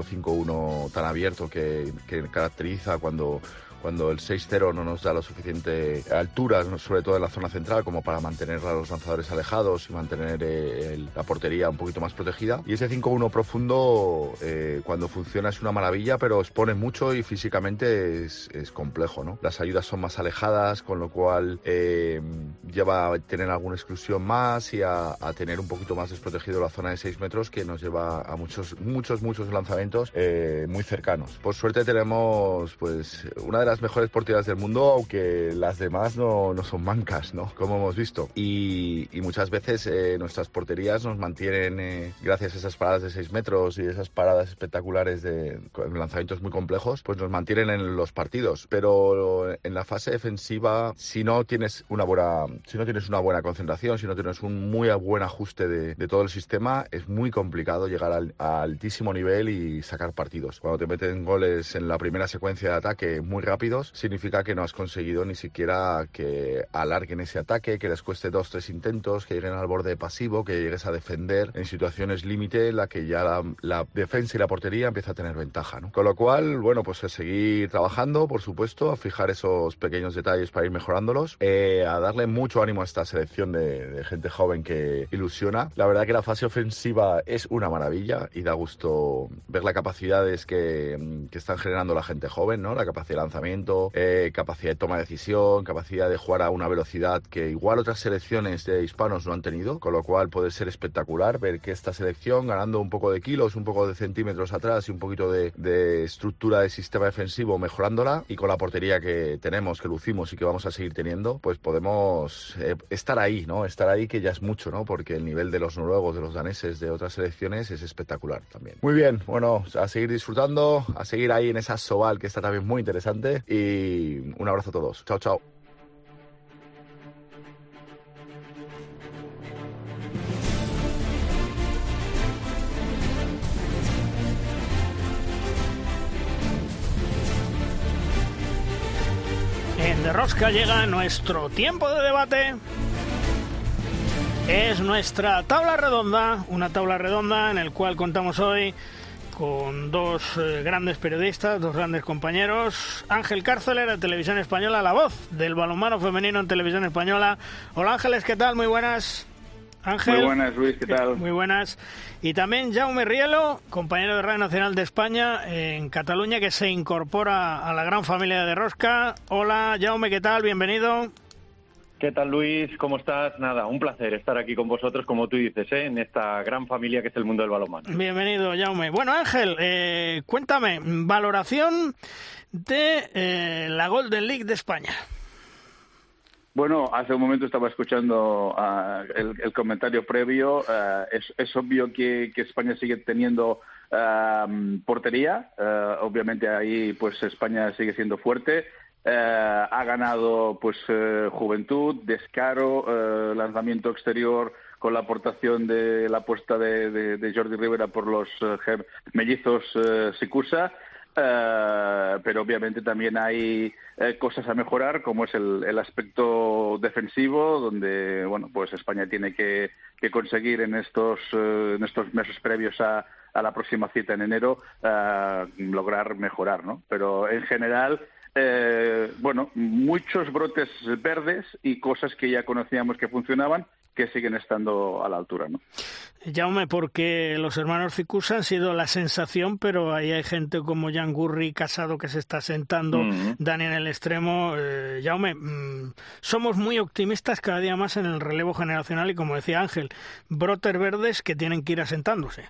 5-1 tan abierto que caracteriza cuando el 6-0 no nos da lo suficiente altura, sobre todo en la zona central, como para mantener a los lanzadores alejados y mantener la portería un poquito más protegida. Y ese 5-1 profundo, cuando funciona, es una maravilla, pero expone mucho y físicamente es complejo, ¿no? Las ayudas son más alejadas, con lo cual lleva a tener alguna exclusión más y a tener un poquito más desprotegido la zona de 6 metros, que nos lleva a muchos lanzamientos muy cercanos. Por suerte tenemos pues una de las mejores porterías del mundo, aunque las demás no son mancas, ¿no? Como hemos visto. Y muchas veces nuestras porterías nos mantienen, gracias a esas paradas de 6 metros y esas paradas espectaculares con lanzamientos muy complejos, pues nos mantienen en los partidos. Pero en la fase defensiva, si no tienes una buena concentración, si no tienes un muy buen ajuste de todo el sistema, es muy complicado llegar a altísimo nivel y sacar partidos. Cuando te meten goles en la primera secuencia de ataque muy rápidos, significa que no has conseguido ni siquiera que alarguen ese ataque, que les cueste 2-3 intentos, que lleguen al borde pasivo, que llegues a defender en situaciones límite en la que ya la defensa y la portería empieza a tener ventaja, ¿no? Con lo cual, bueno, pues a seguir trabajando, por supuesto, a fijar esos pequeños detalles para ir mejorándolos, a darle mucho ánimo a esta selección de gente joven que ilusiona. La verdad que la fase ofensiva es una maravilla y da gusto ver las capacidades que están generando la gente joven, ¿no? La capacidad de lanzamiento, capacidad de toma de decisión, capacidad de jugar a una velocidad que igual otras selecciones de hispanos no han tenido, con lo cual puede ser espectacular ver que esta selección, ganando un poco de kilos, un poco de centímetros atrás y un poquito de estructura de sistema defensivo, mejorándola, y con la portería que tenemos, que lucimos y que vamos a seguir teniendo, pues podemos estar ahí, ¿no? Estar ahí, que ya es mucho, ¿no? Porque el nivel de los noruegos, de los daneses, de otras selecciones es espectacular también. Muy bien, bueno, a seguir disfrutando, a seguir ahí en esa Sobal, que está también muy interesante. Y un abrazo a todos. Chao, chao. En De Rosca llega nuestro tiempo de debate. Es nuestra tabla redonda, una tabla redonda en la cual contamos hoy con dos grandes periodistas, dos grandes compañeros. Ángel Cárceler, de Televisión Española, la voz del balonmano femenino en Televisión Española. Hola, Ángeles, ¿qué tal? Muy buenas. Ángel. Muy buenas, Luis, ¿qué tal? Muy buenas. Y también Jaume Rielo, compañero de Radio Nacional de España en Cataluña, que se incorpora a la gran familia de Rosca. Hola, Jaume, ¿qué tal? Bienvenido. ¿Qué tal, Luis? ¿Cómo estás? Nada, un placer estar aquí con vosotros, como tú dices, en esta gran familia que es el mundo del balonmano. Bienvenido, Jaume. Bueno, Ángel, cuéntame, valoración de la Golden League de España. Bueno, hace un momento estaba escuchando el comentario previo. Es obvio que España sigue teniendo portería. Obviamente ahí pues España sigue siendo fuerte. Ha ganado pues juventud, descaro, lanzamiento exterior con la aportación de la apuesta de Jordi Rivera por los mellizos Sikusa. Pero obviamente también hay cosas a mejorar, como es el aspecto defensivo, donde bueno, pues España tiene que conseguir en estos meses previos a la próxima cita en enero lograr mejorar, ¿no? Pero en general, bueno, muchos brotes verdes y cosas que ya conocíamos que funcionaban, que siguen estando a la altura, ¿no? Jaume, porque los hermanos Sikusa han sido la sensación, pero ahí hay gente como Jan Gurri, Casado, que se está sentando, Dani en el extremo. Jaume, somos muy optimistas cada día más en el relevo generacional y, como decía Ángel, brotes verdes que tienen que ir asentándose.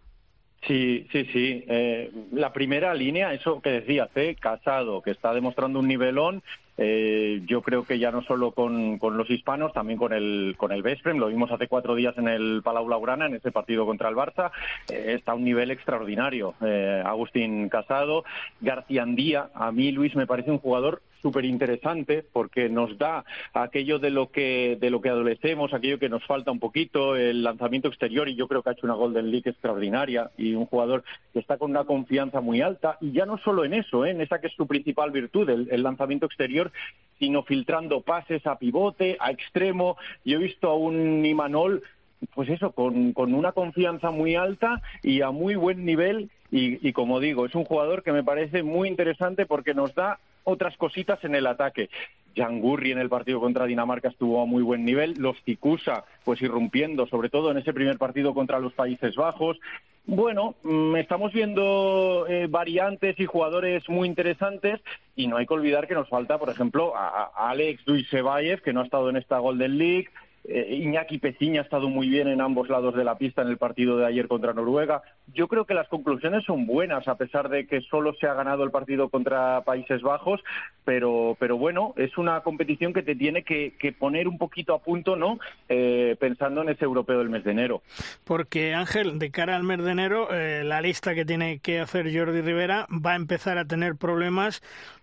Sí. La primera línea, eso que decías, Casado, que está demostrando un nivelón. Yo creo que ya no solo con los hispanos, también con el Veszprém, lo vimos hace 4 días en el Palau Blaugrana, en ese partido contra el Barça, está a un nivel extraordinario. Agustín Casado, García-Andía, a mí, Luis, me parece un jugador súper interesante porque nos da aquello de lo que adolecemos, aquello que nos falta un poquito, el lanzamiento exterior, y yo creo que ha hecho una Golden League extraordinaria y un jugador que está con una confianza muy alta, y ya no solo en eso, en esa que es su principal virtud, el lanzamiento exterior, sino filtrando pases a pivote, a extremo. Yo he visto a un Imanol, pues eso, con una confianza muy alta y a muy buen nivel, y como digo, es un jugador que me parece muy interesante porque nos da otras cositas en el ataque. Jan Gurri en el partido contra Dinamarca estuvo a muy buen nivel, los Sikusa pues irrumpiendo, sobre todo en ese primer partido contra los Países Bajos. Bueno, estamos viendo variantes y jugadores muy interesantes, y no hay que olvidar que nos falta, por ejemplo, a Alex Duisevaev, que no ha estado en esta Golden League. Iñaki Peciña ha estado muy bien en ambos lados de la pista en el partido de ayer contra Noruega. Yo creo que las conclusiones son buenas, a pesar de que solo se ha ganado el partido contra Países Bajos, pero bueno, es una competición que te tiene que poner un poquito a punto, ¿no? Pensando en ese europeo del mes de enero. Porque, Ángel, de cara al mes de enero, la lista que tiene que hacer Jordi Rivera va a empezar a tener problemas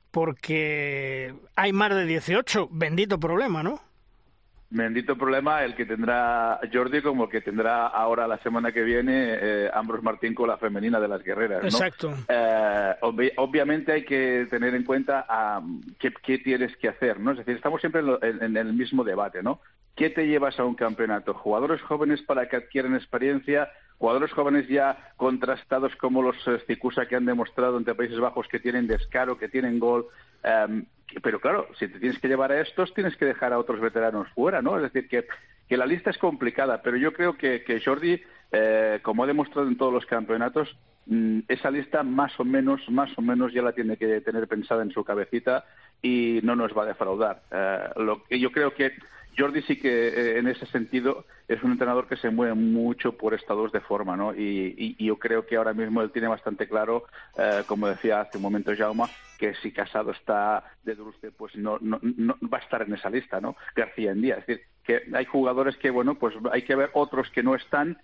porque hay más de 18. Bendito problema, ¿no? Bendito problema el que tendrá Jordi, como el que tendrá ahora la semana que viene Ambros Martín con la femenina de las guerreras, ¿no? Exacto. Obviamente hay que tener en cuenta qué tienes que hacer, ¿no? Es decir, estamos siempre en el mismo debate, ¿no? ¿Qué te llevas a un campeonato? ¿Jugadores jóvenes para que adquieran experiencia? ¿Jugadores jóvenes ya contrastados como los Sikusa, que han demostrado ante Países Bajos que tienen descaro, que tienen gol? Pero claro, si te tienes que llevar a estos, tienes que dejar a otros veteranos fuera, ¿no? Es decir, que la lista es complicada, pero yo creo que Jordi, como ha demostrado en todos los campeonatos, esa lista más o menos ya la tiene que tener pensada en su cabecita y no nos va a defraudar. Yo creo que Jordi sí que en ese sentido es un entrenador que se mueve mucho por estados de forma, ¿no? Y yo creo que ahora mismo él tiene bastante claro, como decía hace un momento Jaume, que si Casado está de dulce, pues no va a estar en esa lista, ¿no? García-Andía, es decir, que hay jugadores que, bueno, pues hay que ver, otros que no están,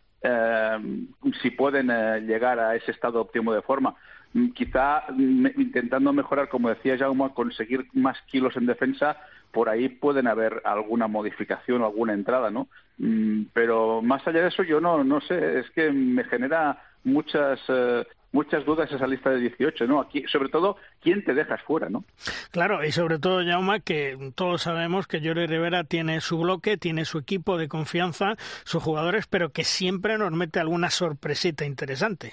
si pueden llegar a ese estado óptimo de forma. Quizá intentando mejorar, como decía Jaume, conseguir más kilos en defensa, por ahí pueden haber alguna modificación o alguna entrada, ¿no? Pero más allá de eso yo no sé, es que me genera muchas dudas esa lista de 18, ¿no? Aquí, sobre todo, ¿quién te dejas fuera, no? Claro, y sobre todo, Jaume, que todos sabemos que Jordi Rivera tiene su bloque, tiene su equipo de confianza, sus jugadores, pero que siempre nos mete alguna sorpresita interesante.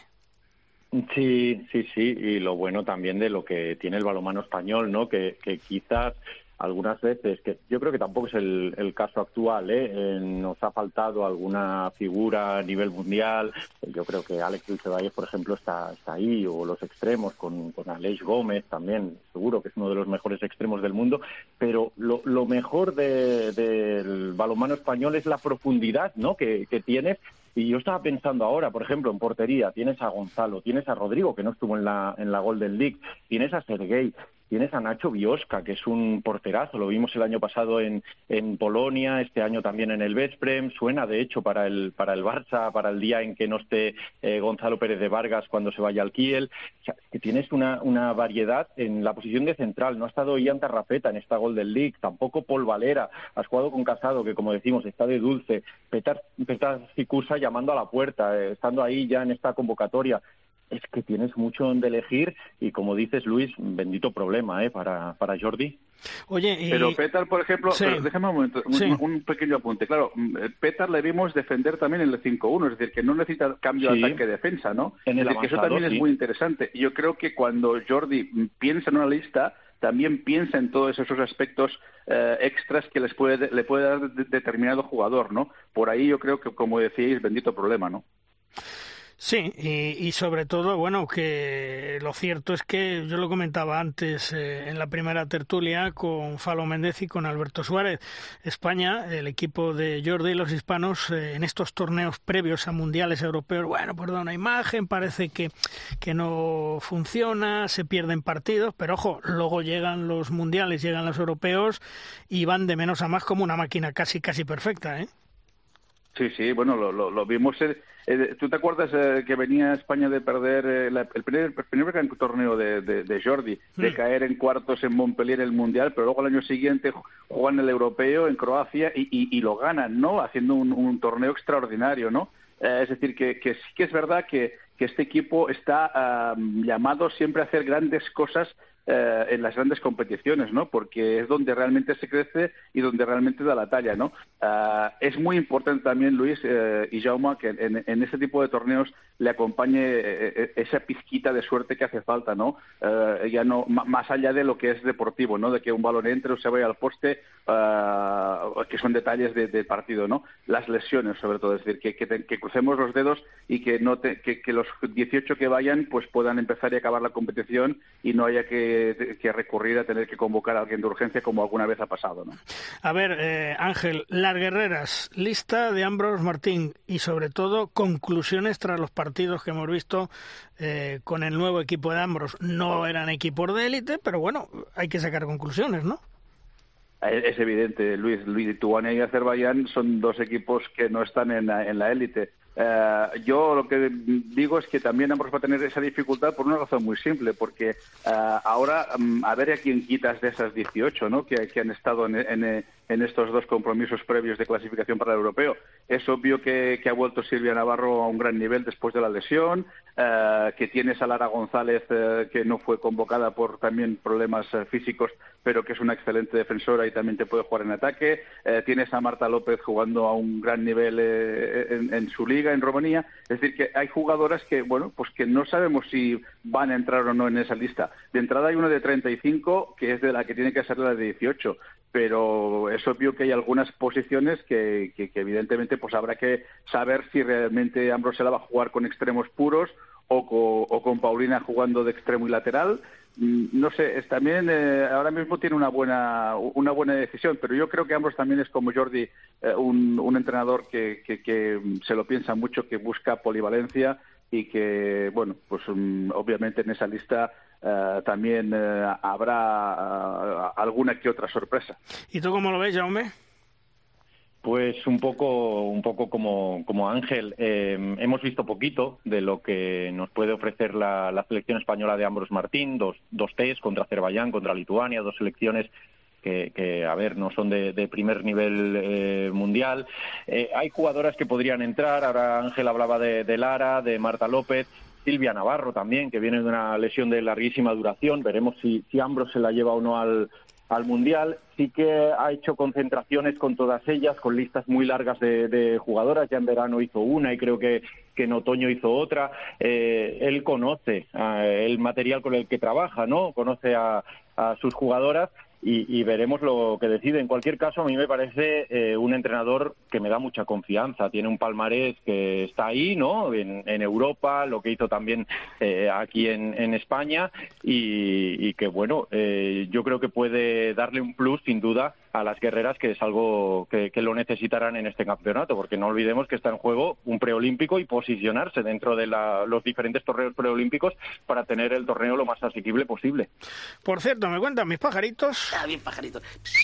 Sí, y lo bueno también de lo que tiene el balonmano español, ¿no? Que quizás algunas veces, que yo creo que tampoco es el caso actual, nos ha faltado alguna figura a nivel mundial. Yo creo que Alex Duisevaev, por ejemplo, está ahí, o los extremos con Aleix Gómez también, seguro que es uno de los mejores extremos del mundo, pero lo mejor del balonmano español es la profundidad, ¿no? que tienes. Y yo estaba pensando ahora, por ejemplo, en portería, tienes a Gonzalo, tienes a Rodrigo, que no estuvo en la Golden League, tienes a Sergei, tienes a Nacho Biosca, que es un porterazo, lo vimos el año pasado en Polonia, este año también en el Veszprém, suena de hecho para el Barça, para el día en que no esté Gonzalo Pérez de Vargas cuando se vaya al Kiel. O sea, que tienes una variedad en la posición de central. No ha estado Ian Tarrafeta en esta Golden League, tampoco Paul Valera, has jugado con Casado, que como decimos está de dulce, Petar Cicusa llamando a la puerta, estando ahí ya en esta convocatoria. Es que tienes mucho donde elegir y, como dices, Luis, bendito problema para Jordi. Oye, pero Petar, por ejemplo, sí. déjame un momento, un pequeño apunte. Claro, Petar le vimos defender también en el 5-1, es decir, que no necesita cambio de ataque-defensa, ¿no? En el es decir, que eso también es muy interesante. Yo creo que cuando Jordi piensa en una lista, también piensa en todos esos aspectos extras que le puede dar determinado jugador, ¿no? Por ahí yo creo que, como decíais, bendito problema, ¿no? Sí, y sobre todo, bueno, que lo cierto es que yo lo comentaba antes en la primera tertulia con Falo Méndez y con Alberto Suárez. España, el equipo de Jordi y los hispanos en estos torneos previos a mundiales europeos, bueno, pues da una imagen, parece que no funciona, se pierden partidos, pero ojo, luego llegan los mundiales, llegan los europeos y van de menos a más como una máquina casi perfecta, ¿eh? Sí, bueno, lo vimos. ¿Tú te acuerdas que venía España de perder el primer gran torneo de Jordi, de caer en cuartos en Montpellier el Mundial, pero luego al año siguiente juegan el Europeo en Croacia y lo ganan, ¿no? Haciendo un torneo extraordinario, ¿no? Es decir, que sí que es verdad que este equipo está llamado siempre a hacer grandes cosas en las grandes competiciones, ¿no? Porque es donde realmente se crece y donde realmente da la talla, ¿no? Es muy importante también, Luis y Jaume, que en este tipo de torneos le acompañe esa pizquita de suerte que hace falta, ¿no? Ya no más allá de lo que es deportivo, ¿no? De que un balón entre o se vaya al poste, que son detalles de partido, ¿no? Las lesiones, sobre todo, es decir, que crucemos los dedos y que los 18 que vayan pues puedan empezar y acabar la competición y no haya que recurrir a tener que convocar a alguien de urgencia como alguna vez ha pasado, ¿no? A ver, Ángel, las guerreras, lista de Ambrose Martín y sobre todo conclusiones tras los partidos que hemos visto con el nuevo equipo de Ambrose. No eran equipos de élite, pero bueno, hay que sacar conclusiones, ¿no? Es evidente, Luis, Lituania y Azerbaiyán son dos equipos que no están en la élite. Yo lo que digo es que también Ambrose va a tener esa dificultad por una razón muy simple, porque ahora a ver a quién quitas de esas 18, ¿no? que han estado en estos dos compromisos previos de clasificación para el europeo. Es obvio que ha vuelto Silvia Navarro a un gran nivel después de la lesión, que tienes a Lara González, que no fue convocada por también problemas físicos, pero que es una excelente defensora y también te puede jugar en ataque. Tienes a Marta López jugando a un gran nivel en su liga, en Rumanía. Es decir, que hay jugadoras que, bueno, pues que no sabemos si van a entrar o no en esa lista. De entrada hay una de 35, que es de la que tiene que ser la de 18, pero es obvio que hay algunas posiciones que evidentemente pues habrá que saber si realmente Ambrose la va a jugar con extremos puros o con Paulina jugando de extremo y lateral. No sé, también ahora mismo tiene una buena decisión, pero yo creo que Ambrose también es como Jordi, un entrenador que se lo piensa mucho, que busca polivalencia y que, bueno, pues obviamente en esa lista también habrá alguna que otra sorpresa. ¿Y tú cómo lo ves, Jaume? Pues un poco como Ángel. Hemos visto poquito de lo que nos puede ofrecer la selección española de Ambrose Martín, dos test contra Azerbaiyán, contra Lituania, dos selecciones que a ver, no son de primer nivel mundial. Hay jugadoras que podrían entrar, ahora Ángel hablaba de Lara, de Marta López, Silvia Navarro también, que viene de una lesión de larguísima duración. Veremos si Ambrose se la lleva o no al Mundial. Sí que ha hecho concentraciones con todas ellas, con listas muy largas de jugadoras. Ya en verano hizo una y creo que en otoño hizo otra. Él conoce el material con el que trabaja, ¿no? Conoce a sus jugadoras y veremos lo que decide. En cualquier caso, a mí me parece un entrenador que me da mucha confianza. Tiene un palmarés que está ahí, ¿no? En Europa, lo que hizo también aquí en España y que, bueno, yo creo que puede darle un plus, sin duda, las guerreras, que es algo que lo necesitarán en este campeonato, porque no olvidemos que está en juego un preolímpico y posicionarse dentro de los diferentes torneos preolímpicos para tener el torneo lo más asequible posible. Por cierto, me cuentan mis pajaritos. Bien, pajaritos.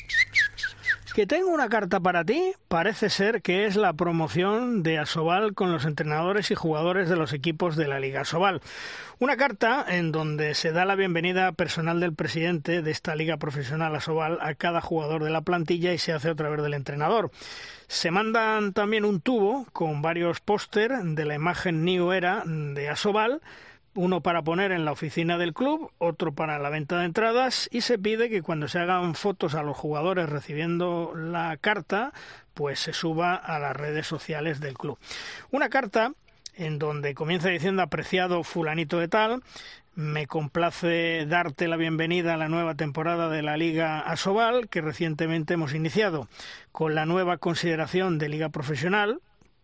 Que tengo una carta para ti, parece ser que es la promoción de Asobal con los entrenadores y jugadores de los equipos de la Liga Asobal. Una carta en donde se da la bienvenida personal del presidente de esta Liga Profesional Asobal a cada jugador de la plantilla y se hace a través del entrenador. Se mandan también un tubo con varios póster de la imagen New Era de Asobal, uno para poner en la oficina del club, otro para la venta de entradas, y se pide que cuando se hagan fotos a los jugadores recibiendo la carta, pues se suba a las redes sociales del club. Una carta en donde comienza diciendo: apreciado fulanito de tal, me complace darte la bienvenida a la nueva temporada de la Liga Asobal, que recientemente hemos iniciado, con la nueva consideración de Liga Profesional,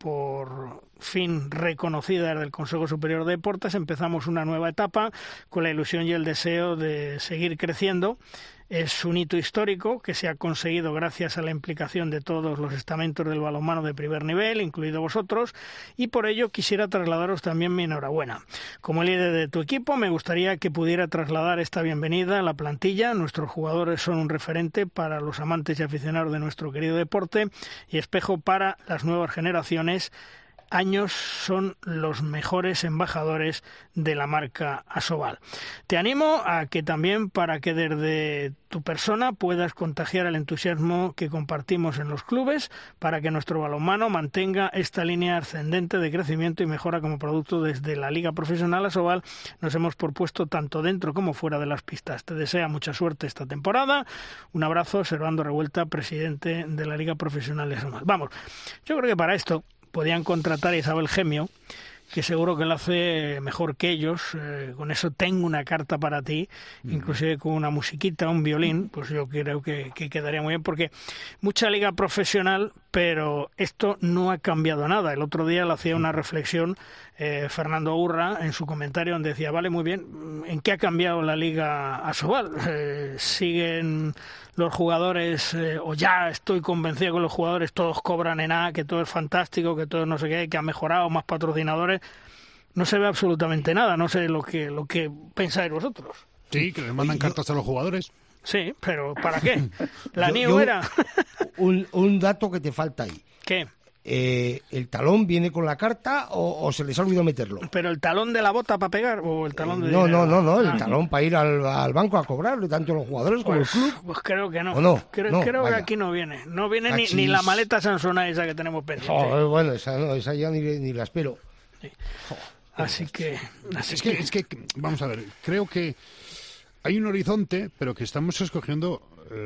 por fin reconocida desde el Consejo Superior de Deportes. Empezamos una nueva etapa con la ilusión y el deseo de seguir creciendo. Es un hito histórico que se ha conseguido gracias a la implicación de todos los estamentos del balonmano de primer nivel, incluido vosotros, y por ello quisiera trasladaros también mi enhorabuena. Como líder de tu equipo, me gustaría que pudiera trasladar esta bienvenida a la plantilla. Nuestros jugadores son un referente para los amantes y aficionados de nuestro querido deporte y espejo para las nuevas generaciones. Años son los mejores embajadores de la marca Asobal. Te animo a que también, para que desde tu persona puedas contagiar el entusiasmo que compartimos en los clubes, para que nuestro balonmano mantenga esta línea ascendente de crecimiento y mejora como producto. Desde la Liga Profesional Asobal nos hemos propuesto tanto dentro como fuera de las pistas. Te desea mucha suerte esta temporada. Un abrazo, Servando Revuelta, presidente de la Liga Profesional Asobal. Vamos, yo creo que para esto podían contratar a Isabel Gemio, que seguro que lo hace mejor que ellos. Con eso tengo una carta para ti, inclusive con una musiquita, un violín, pues yo creo que quedaría muy bien, porque mucha liga profesional, pero esto no ha cambiado nada. El otro día le hacía una reflexión Fernando Urra en su comentario, donde decía: vale, muy bien, ¿en qué ha cambiado la Liga Asobal? ¿Siguen los jugadores, o ya estoy convencido que los jugadores todos cobran en A, que todo es fantástico, que todo no sé qué, que ha mejorado, más patrocinadores? No se ve absolutamente nada. No sé lo que pensáis vosotros. Sí, que les mandan cartas a los jugadores. Sí, pero ¿para qué? La New Era. Un dato que te falta ahí. ¿Qué? ¿El talón viene con la carta o se les ha olvidado meterlo? ¿Pero el talón de la bota para pegar o el talón de No, dinero? El talón para ir al banco a cobrarlo, tanto los jugadores como el club. Pues creo que no. ¿O no? Creo que aquí no viene. No viene ni la maleta Sansona esa que tenemos pendiente. Bueno, esa ya ni la espero. Sí. Así que... Es que, vamos a ver, creo que hay un horizonte, pero que estamos escogiendo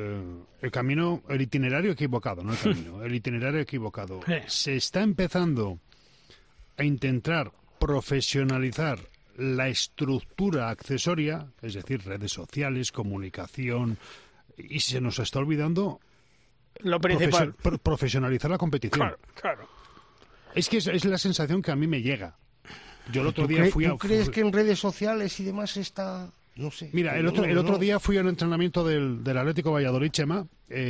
el itinerario equivocado, no el camino, el itinerario equivocado. Se está empezando a intentar profesionalizar la estructura accesoria, es decir, redes sociales, comunicación, y se nos está olvidando lo principal, profesionalizar la competición. Claro. Es que es la sensación que a mí me llega. Yo el otro día ¿Tú crees que en redes sociales y demás está...? No sé. Mira, el otro día fui a un entrenamiento del Atlético Valladolid, Chema.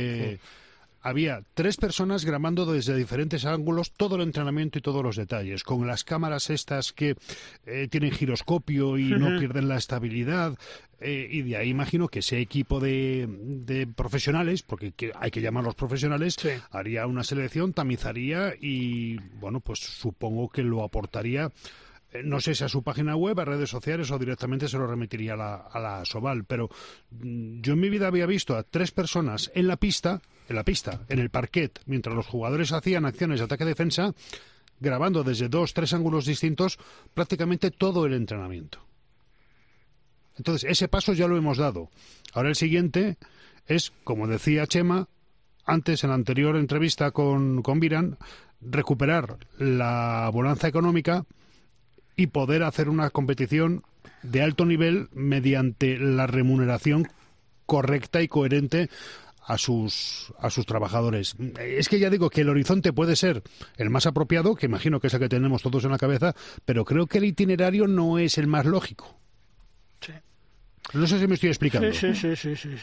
Había 3 personas grabando desde diferentes ángulos todo el entrenamiento y todos los detalles, con las cámaras estas que tienen giroscopio y no pierden la estabilidad. Y de ahí imagino que ese equipo de profesionales, porque hay que llamarlos profesionales, sí, haría una selección, tamizaría y, bueno, pues supongo que lo aportaría. No sé si a su página web, a redes sociales o directamente se lo remitiría a la Asobal, pero yo en mi vida había visto a 3 personas en la pista, en el parquet, mientras los jugadores hacían acciones de ataque-defensa, grabando desde 2-3 ángulos distintos prácticamente todo el entrenamiento. Entonces, ese paso ya lo hemos dado. Ahora el siguiente es, como decía Chema, antes en la anterior entrevista con Viran, recuperar la bonanza económica y poder hacer una competición de alto nivel mediante la remuneración correcta y coherente a sus trabajadores. Es que ya digo que el horizonte puede ser el más apropiado, que imagino que es el que tenemos todos en la cabeza, pero creo que el itinerario no es el más lógico. Sí. No sé si me estoy explicando. Sí.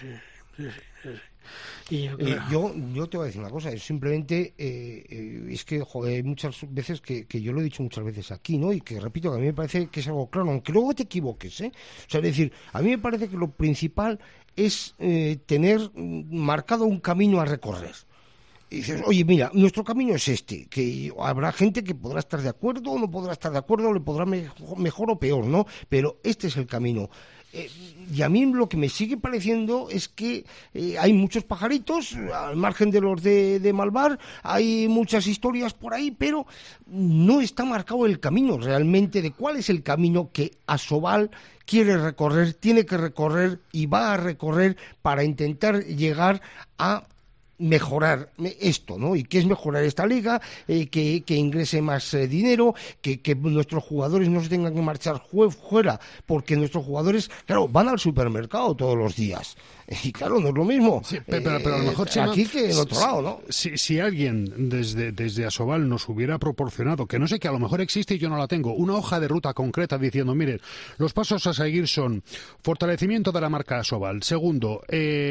Y yo te voy a decir una cosa, es simplemente es que joder, hay muchas veces que yo lo he dicho muchas veces aquí, ¿no? Y que repito que a mí me parece que es algo claro, aunque luego te equivoques, ¿eh? O sea, es decir, a mí me parece que lo principal es tener marcado un camino a recorrer. Y dices, oye, mira, nuestro camino es este, que habrá gente que podrá estar de acuerdo o no podrá estar de acuerdo, o le podrá mejor o peor, ¿no? Pero este es el camino. Y a mí lo que me sigue pareciendo es que hay muchos pajaritos al margen de los de Malvar, hay muchas historias por ahí, pero no está marcado el camino realmente de cuál es el camino que Asobal quiere recorrer, tiene que recorrer y va a recorrer para intentar llegar a mejorar esto, ¿no? Y que es mejorar esta liga, que ingrese más dinero, que nuestros jugadores no se tengan que marchar fuera, porque nuestros jugadores, claro, van al supermercado todos los días. Y claro, no es lo mismo. Sí, pero a lo mejor, Chema, aquí que en otro lado, ¿no? Si alguien desde Asobal nos hubiera proporcionado, que no sé, que a lo mejor existe y yo no la tengo, una hoja de ruta concreta diciendo, miren, los pasos a seguir son fortalecimiento de la marca Asobal, segundo,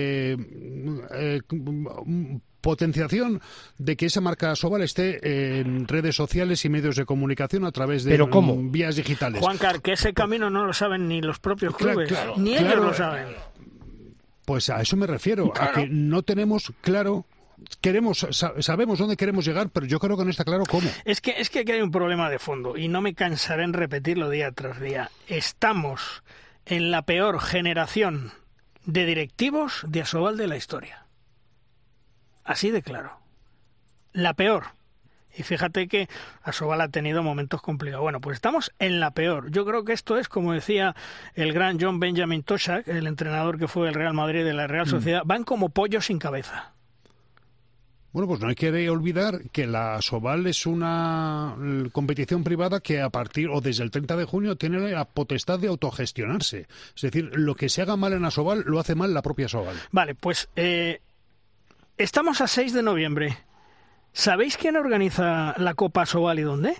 potenciación de que esa marca Asobal esté en redes sociales y medios de comunicación a través de vías digitales. Juancar, que ese camino no lo saben ni los propios clubes, ni ellos lo saben. Pues a eso me refiero, a que no tenemos claro. Sabemos dónde queremos llegar, pero yo creo que no está claro cómo. Es que aquí hay un problema de fondo y no me cansaré en repetirlo día tras día. Estamos en la peor generación de directivos de Asobal de la historia. Así de claro. La peor. Y fíjate que Asobal ha tenido momentos complicados. Bueno, pues estamos en la peor. Yo creo que esto es, como decía el gran John Benjamin Toshak, el entrenador que fue del Real Madrid y de la Real Sociedad, van como pollos sin cabeza. Bueno, pues no hay que olvidar que la Asobal es una competición privada que a partir o desde el 30 de junio tiene la potestad de autogestionarse. Es decir, lo que se haga mal en Asobal lo hace mal la propia Asobal. Vale, pues estamos a 6 de noviembre. ¿Sabéis quién organiza la Copa Asobal y dónde?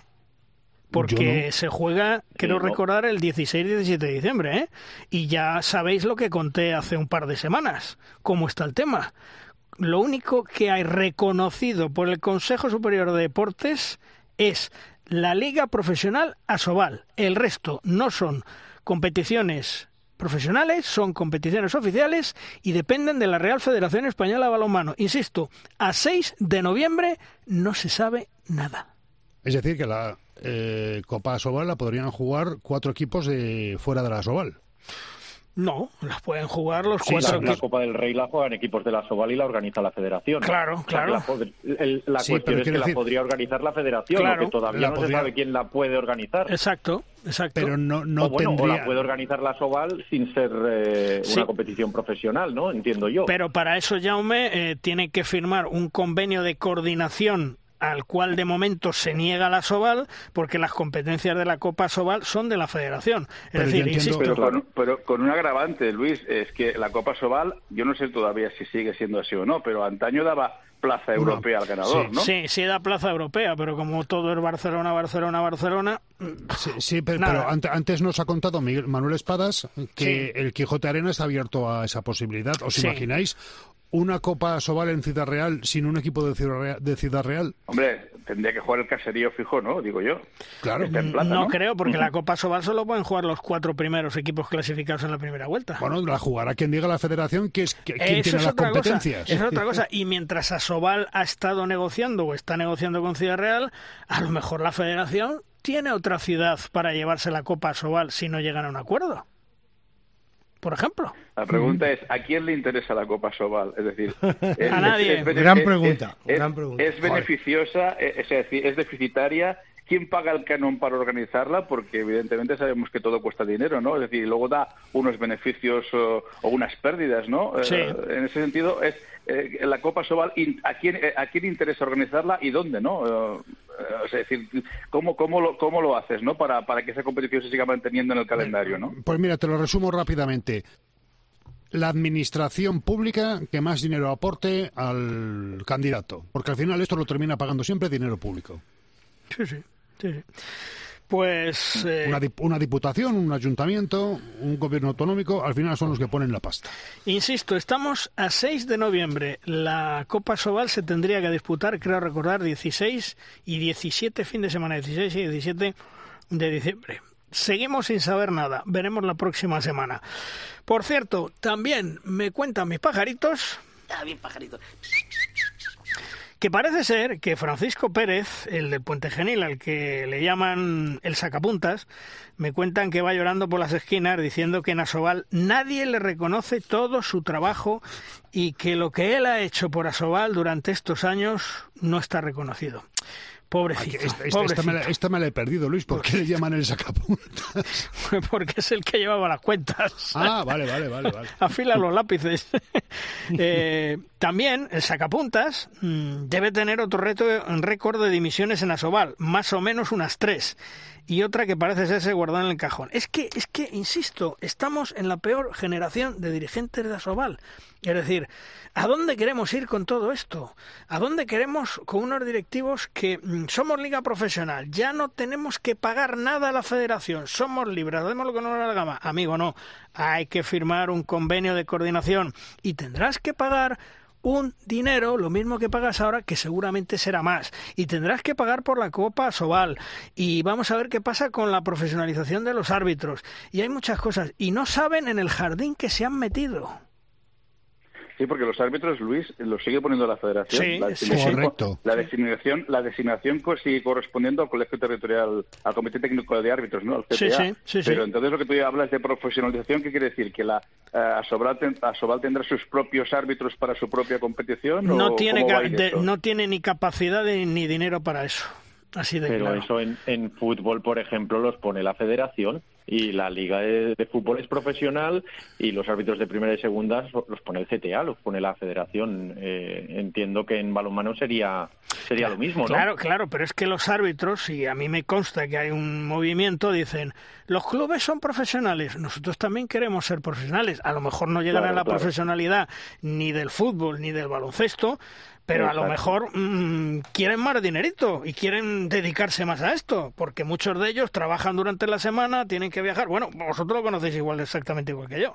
Porque se juega, quiero recordar, el 16 y 17 de diciembre, ¿eh? Y ya sabéis lo que conté hace un par de semanas, cómo está el tema. Lo único que hay reconocido por el Consejo Superior de Deportes es la Liga Profesional Asobal. El resto no son competiciones profesionales, son competiciones oficiales y dependen de la Real Federación Española de Balonmano. Insisto, a 6 de noviembre no se sabe nada. Es decir, que la Copa Asobal la podrían jugar 4 equipos de fuera de la Asobal. No, las pueden jugar los 4 equipos. La Copa del Rey la juegan equipos de la Asobal y la organiza la Federación. Claro, claro. La cuestión es que la podría organizar la Federación, claro, que todavía no se sabe quién la puede organizar. Exacto. Pero no o la puede organizar la Asobal sin ser una competición profesional, ¿no? Entiendo yo. Pero para eso, Jaume, tiene que firmar un convenio de coordinación al cual de momento se niega la Asobal, porque las competencias de la Copa Asobal son de la Federación. Es decir, insisto... Pero con un agravante, Luis, es que la Copa Asobal, yo no sé todavía si sigue siendo así o no, pero antaño daba plaza europea al ganador, ¿no? Sí da plaza europea, pero como todo es Barcelona... Sí, pero antes nos ha contado Manuel Espadas que el Quijote Arena está abierto a esa posibilidad. ¿Os imagináis una Copa Asobal en Ciudad Real sin un equipo de Ciudad Real? Hombre, tendría que jugar el caserío fijo, ¿no? Digo yo. Claro. No creo, porque la Copa Asobal solo pueden jugar los 4 primeros equipos clasificados en la primera vuelta. Bueno, la jugará quien diga la Federación, que es quien tiene las competencias. Esa es otra cosa. Y mientras Asobal ha estado negociando o está negociando con Ciudad Real, a lo mejor la Federación tiene otra ciudad para llevarse la Copa Asobal si no llegan a un acuerdo. Por ejemplo. La pregunta es, ¿a quién le interesa la Copa Asobal? Es decir, a nadie. Gran pregunta. ¿Es beneficiosa? Es decir, ¿es deficitaria? ¿Quién paga el canon para organizarla? Porque evidentemente sabemos que todo cuesta dinero, ¿no? Es decir, luego da unos beneficios o unas pérdidas, ¿no? Sí. En ese sentido, es la Copa Asobal, ¿a quién interesa organizarla y dónde, no? Es decir, ¿cómo lo haces, no? Para que esa competición se siga manteniendo en el calendario, ¿no? Pues mira, te lo resumo rápidamente. La administración pública que más dinero aporte al candidato, porque al final esto lo termina pagando siempre dinero público. Sí. Pues una diputación, un ayuntamiento, un gobierno autonómico, al final son los que ponen la pasta. Insisto, estamos a 6 de noviembre. La Copa Asobal se tendría que disputar, creo recordar, 16 y 17 fin de semana, 16 y 17 de diciembre. Seguimos sin saber nada. Veremos la próxima semana. Por cierto, también me cuentan mis pajaritos. Bien, pajaritos. Que parece ser que Francisco Pérez, el de Puente Genil, al que le llaman el sacapuntas, me cuentan que va llorando por las esquinas diciendo que en Asobal nadie le reconoce todo su trabajo y que lo que él ha hecho por Asobal durante estos años no está reconocido. Pobrecito. Esta me la he perdido, Luis. ¿Por qué le llaman el sacapuntas? Porque es el que llevaba las cuentas. Ah, vale. Afila los lápices. También el sacapuntas debe tener otro récord de dimisiones en Asobal, más o menos unas 3. Y otra que parece serse guardada en el cajón. Es que, insisto, estamos en la peor generación de dirigentes de Asobal. Es decir, ¿a dónde queremos ir con todo esto? ¿A dónde queremos con unos directivos que somos liga profesional? Ya no tenemos que pagar nada a la federación. Somos libres, hacemos lo que nos da la gana. Amigo, no. Hay que firmar un convenio de coordinación y tendrás que pagar un dinero, lo mismo que pagas ahora, que seguramente será más, y tendrás que pagar por la Copa Asobal, y vamos a ver qué pasa con la profesionalización de los árbitros, y hay muchas cosas, y no saben en el jardín que se han metido. Sí, porque los árbitros, Luis, los sigue poniendo la federación. Sí, correcto. La designación sigue correspondiendo al colegio territorial, al comité técnico de árbitros, ¿no? Al CTA. Sí. Pero entonces lo que tú hablas de profesionalización, ¿qué quiere decir? ¿Que la Asobal tendrá sus propios árbitros para su propia competición? No tiene ni capacidad ni dinero para eso. Así de Pero claro. eso en fútbol, por ejemplo, los pone la federación. Y la liga de fútbol es profesional y los árbitros de primera y segunda los pone el CTA, los pone la federación. Entiendo que en balonmano sería lo mismo, ¿no? Claro, pero es que los árbitros, y a mí me consta que hay un movimiento, dicen, los clubes son profesionales, nosotros también queremos ser profesionales. A lo mejor no llegan a la profesionalidad ni del fútbol ni del baloncesto, pero a lo mejor quieren más dinerito y quieren dedicarse más a esto, porque muchos de ellos trabajan durante la semana, tienen que viajar. Bueno, vosotros lo conocéis exactamente igual que yo.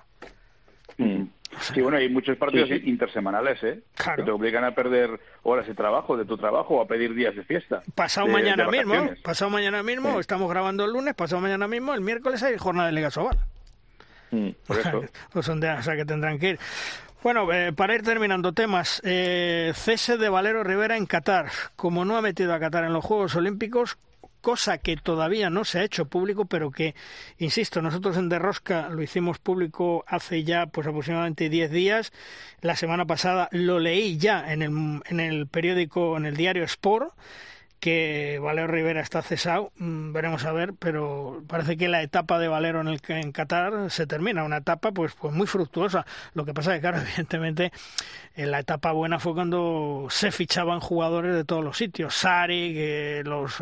Sí, bueno, hay muchos partidos intersemanales, Claro. que te obligan a perder horas de tu trabajo o a pedir días de fiesta. Pasado mañana mismo, estamos grabando el lunes, pasado mañana mismo, el miércoles hay jornada de Liga Asobal. Por eso. O sea que tendrán que ir. Bueno, para ir terminando temas, cese de Valero Rivera en Qatar. Como no ha metido a Qatar en los Juegos Olímpicos, cosa que todavía no se ha hecho público, pero que, insisto, nosotros en De Rosca lo hicimos público hace ya pues aproximadamente 10 días. La semana pasada lo leí ya en el periódico, en el diario Sport, que Valero Rivera está cesado. Veremos a ver, pero parece que la etapa de Valero en Qatar se termina, una etapa pues muy fructuosa. Lo que pasa es que, claro, evidentemente la etapa buena fue cuando se fichaban jugadores de todos los sitios, Sari, los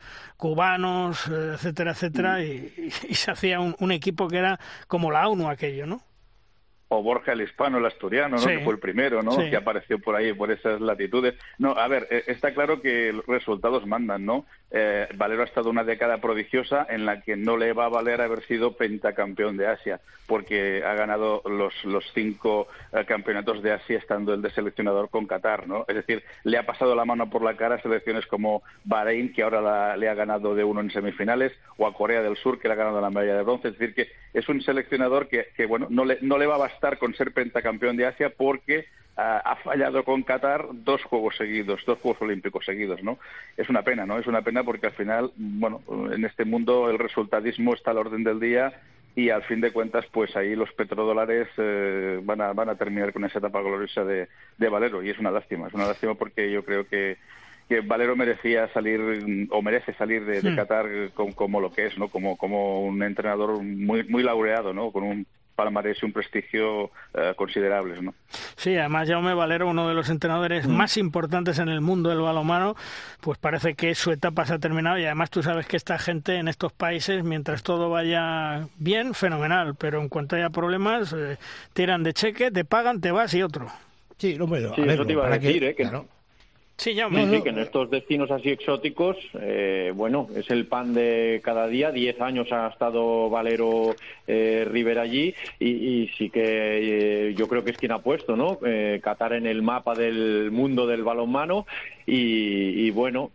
cubanos, etcétera, y se hacía un equipo que era como la ONU aquello, ¿no? O Borja el Hispano, el asturiano, ¿no? Sí. Que fue el primero, ¿no? Sí. Que apareció por ahí, por esas latitudes. No, a ver, está claro que los resultados mandan, ¿no? Valero ha estado una década prodigiosa en la que no le va a valer haber sido pentacampeón de Asia, porque ha ganado los 5 campeonatos de Asia estando el de seleccionador con Qatar, ¿no? Es decir, le ha pasado la mano por la cara a selecciones como Bahrein, que ahora le ha ganado de 1 en semifinales, o a Corea del Sur, que le ha ganado la medalla de bronce. Es decir, que es un seleccionador que bueno, no le va a bastar con ser pentacampeón de Asia porque ha fallado con Qatar 2 Juegos Olímpicos seguidos, ¿no? Es una pena, ¿no? Es una pena porque al final, bueno, en este mundo el resultadismo está al orden del día y al fin de cuentas, pues ahí los petrodólares van a terminar con esa etapa gloriosa de Valero, y es una lástima porque yo creo que Valero merecía salir o merece salir de Qatar como lo que es, ¿no? Como un entrenador muy laureado, ¿no? Con un palmarés y un prestigio considerables, ¿no? Sí, además Jaume Valero, uno de los entrenadores más importantes en el mundo del balonmano, pues parece que su etapa se ha terminado, y además tú sabes que esta gente en estos países, mientras todo vaya bien, fenomenal, pero en cuanto haya problemas, tiran de cheque, te pagan, te vas y otro. Sí, hombre, sí, eso te iba a decir, que Sí, que en estos destinos así exóticos, bueno, es el pan de cada día. 10 años ha estado Valero Rivera allí y sí que yo creo que es quien ha puesto, ¿no? Qatar en el mapa del mundo del balonmano y bueno,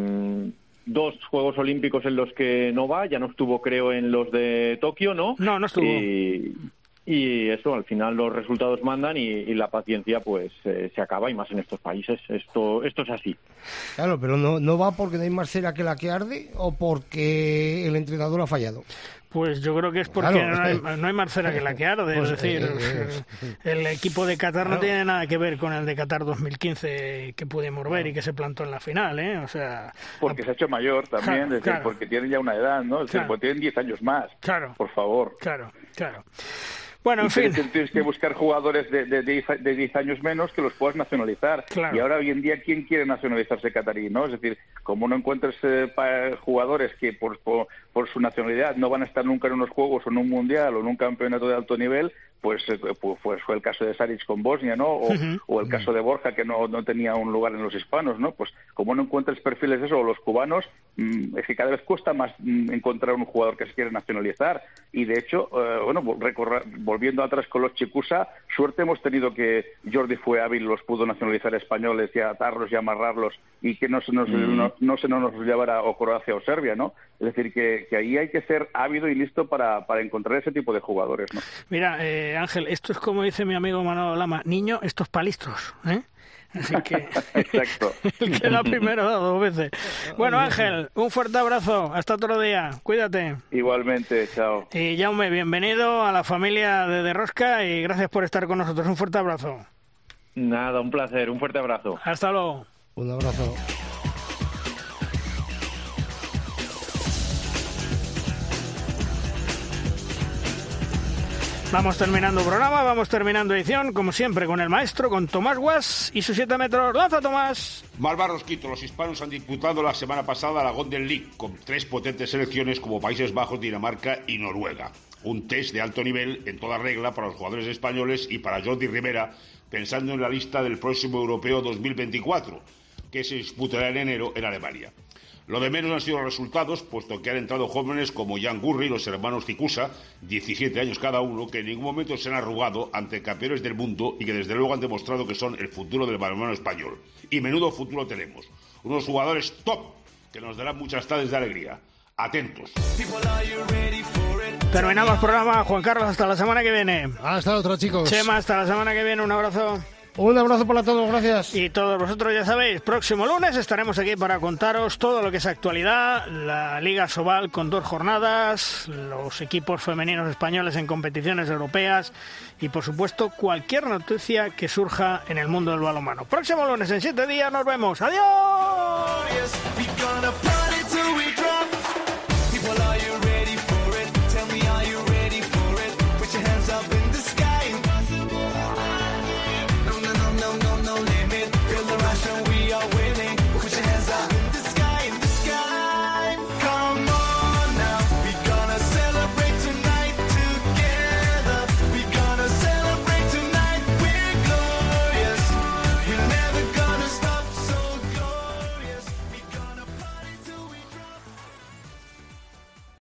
2 Juegos Olímpicos en los que no va, ya no estuvo creo en los de Tokio, ¿no? No estuvo. Y eso, al final los resultados mandan y la paciencia pues se acaba, y más en estos países. Esto es así. Claro, pero no va porque no hay más cera que la que arde o porque el entrenador ha fallado. Pues yo creo que es porque no hay más cera que la que arde. Pues, es decir, el equipo de Qatar no tiene nada que ver con el de Qatar 2015 que pudimos ver y que se plantó en la final, ¿eh? O sea, porque se ha hecho mayor también, es decir, porque tienen ya una edad, ¿no? Es decir, porque tienen 10 años más. Claro. Por favor. Claro. Bueno, en fin. Tienes que buscar jugadores de 10 años menos que los puedas nacionalizar. Claro. Y ahora, hoy en día, ¿quién quiere nacionalizarse catarí, no? Es decir, como no encuentres jugadores que por su nacionalidad no van a estar nunca en unos Juegos o en un Mundial o en un campeonato de alto nivel, pues fue el caso de Saric con Bosnia, ¿no? O el caso de Borja, que no tenía un lugar en los hispanos, ¿no? Pues como no encuentres perfiles de eso, o los cubanos, es que cada vez cuesta más encontrar un jugador que se quiere nacionalizar. Y de hecho, volviendo atrás con los Chicusa, suerte hemos tenido que Jordi fue hábil, los pudo nacionalizar españoles y atarlos y amarrarlos, y que no se nos llevara o Croacia o Serbia, ¿no? Es decir, que ahí hay que ser ávido y listo para encontrar ese tipo de jugadores, ¿no? Mira, Ángel, esto es como dice mi amigo Manolo Lama, niño, estos palistos, ¿eh? Así que exacto. El que da primero da 2 veces. Bueno, Ángel, un fuerte abrazo, hasta otro día, cuídate. Igualmente, chao. Y Jaume, bienvenido a la familia de Rosca y gracias por estar con nosotros, un fuerte abrazo. Nada, un placer, un fuerte abrazo. Hasta luego. Un abrazo. Vamos terminando programa, vamos terminando edición, como siempre, con el maestro, con Tomás Guas y sus 7 metros. ¡Lanza, Tomás! Malva Rosquito, los hispanos han disputado la semana pasada la Golden League, con 3 potentes selecciones como Países Bajos, Dinamarca y Noruega. Un test de alto nivel, en toda regla, para los jugadores españoles y para Jordi Rivera, pensando en la lista del próximo Europeo 2024, que se disputará en enero en Alemania. Lo de menos han sido los resultados, puesto que han entrado jóvenes como Jan Gurri y los hermanos Cicusa, 17 años cada uno, que en ningún momento se han arrugado ante campeones del mundo y que desde luego han demostrado que son el futuro del balonmano español. Y menudo futuro tenemos. Unos jugadores top que nos darán muchas tardes de alegría. Atentos. Terminamos programa. Juan Carlos, hasta la semana que viene. Hasta otra, chicos. Chema, hasta la semana que viene. Un abrazo. Un abrazo para todos, gracias. Y todos vosotros ya sabéis, próximo lunes estaremos aquí para contaros todo lo que es actualidad, la Liga Sobal con 2 jornadas, los equipos femeninos españoles en competiciones europeas y, por supuesto, cualquier noticia que surja en el mundo del balonmano. Próximo lunes, en 7 días, nos vemos. ¡Adiós!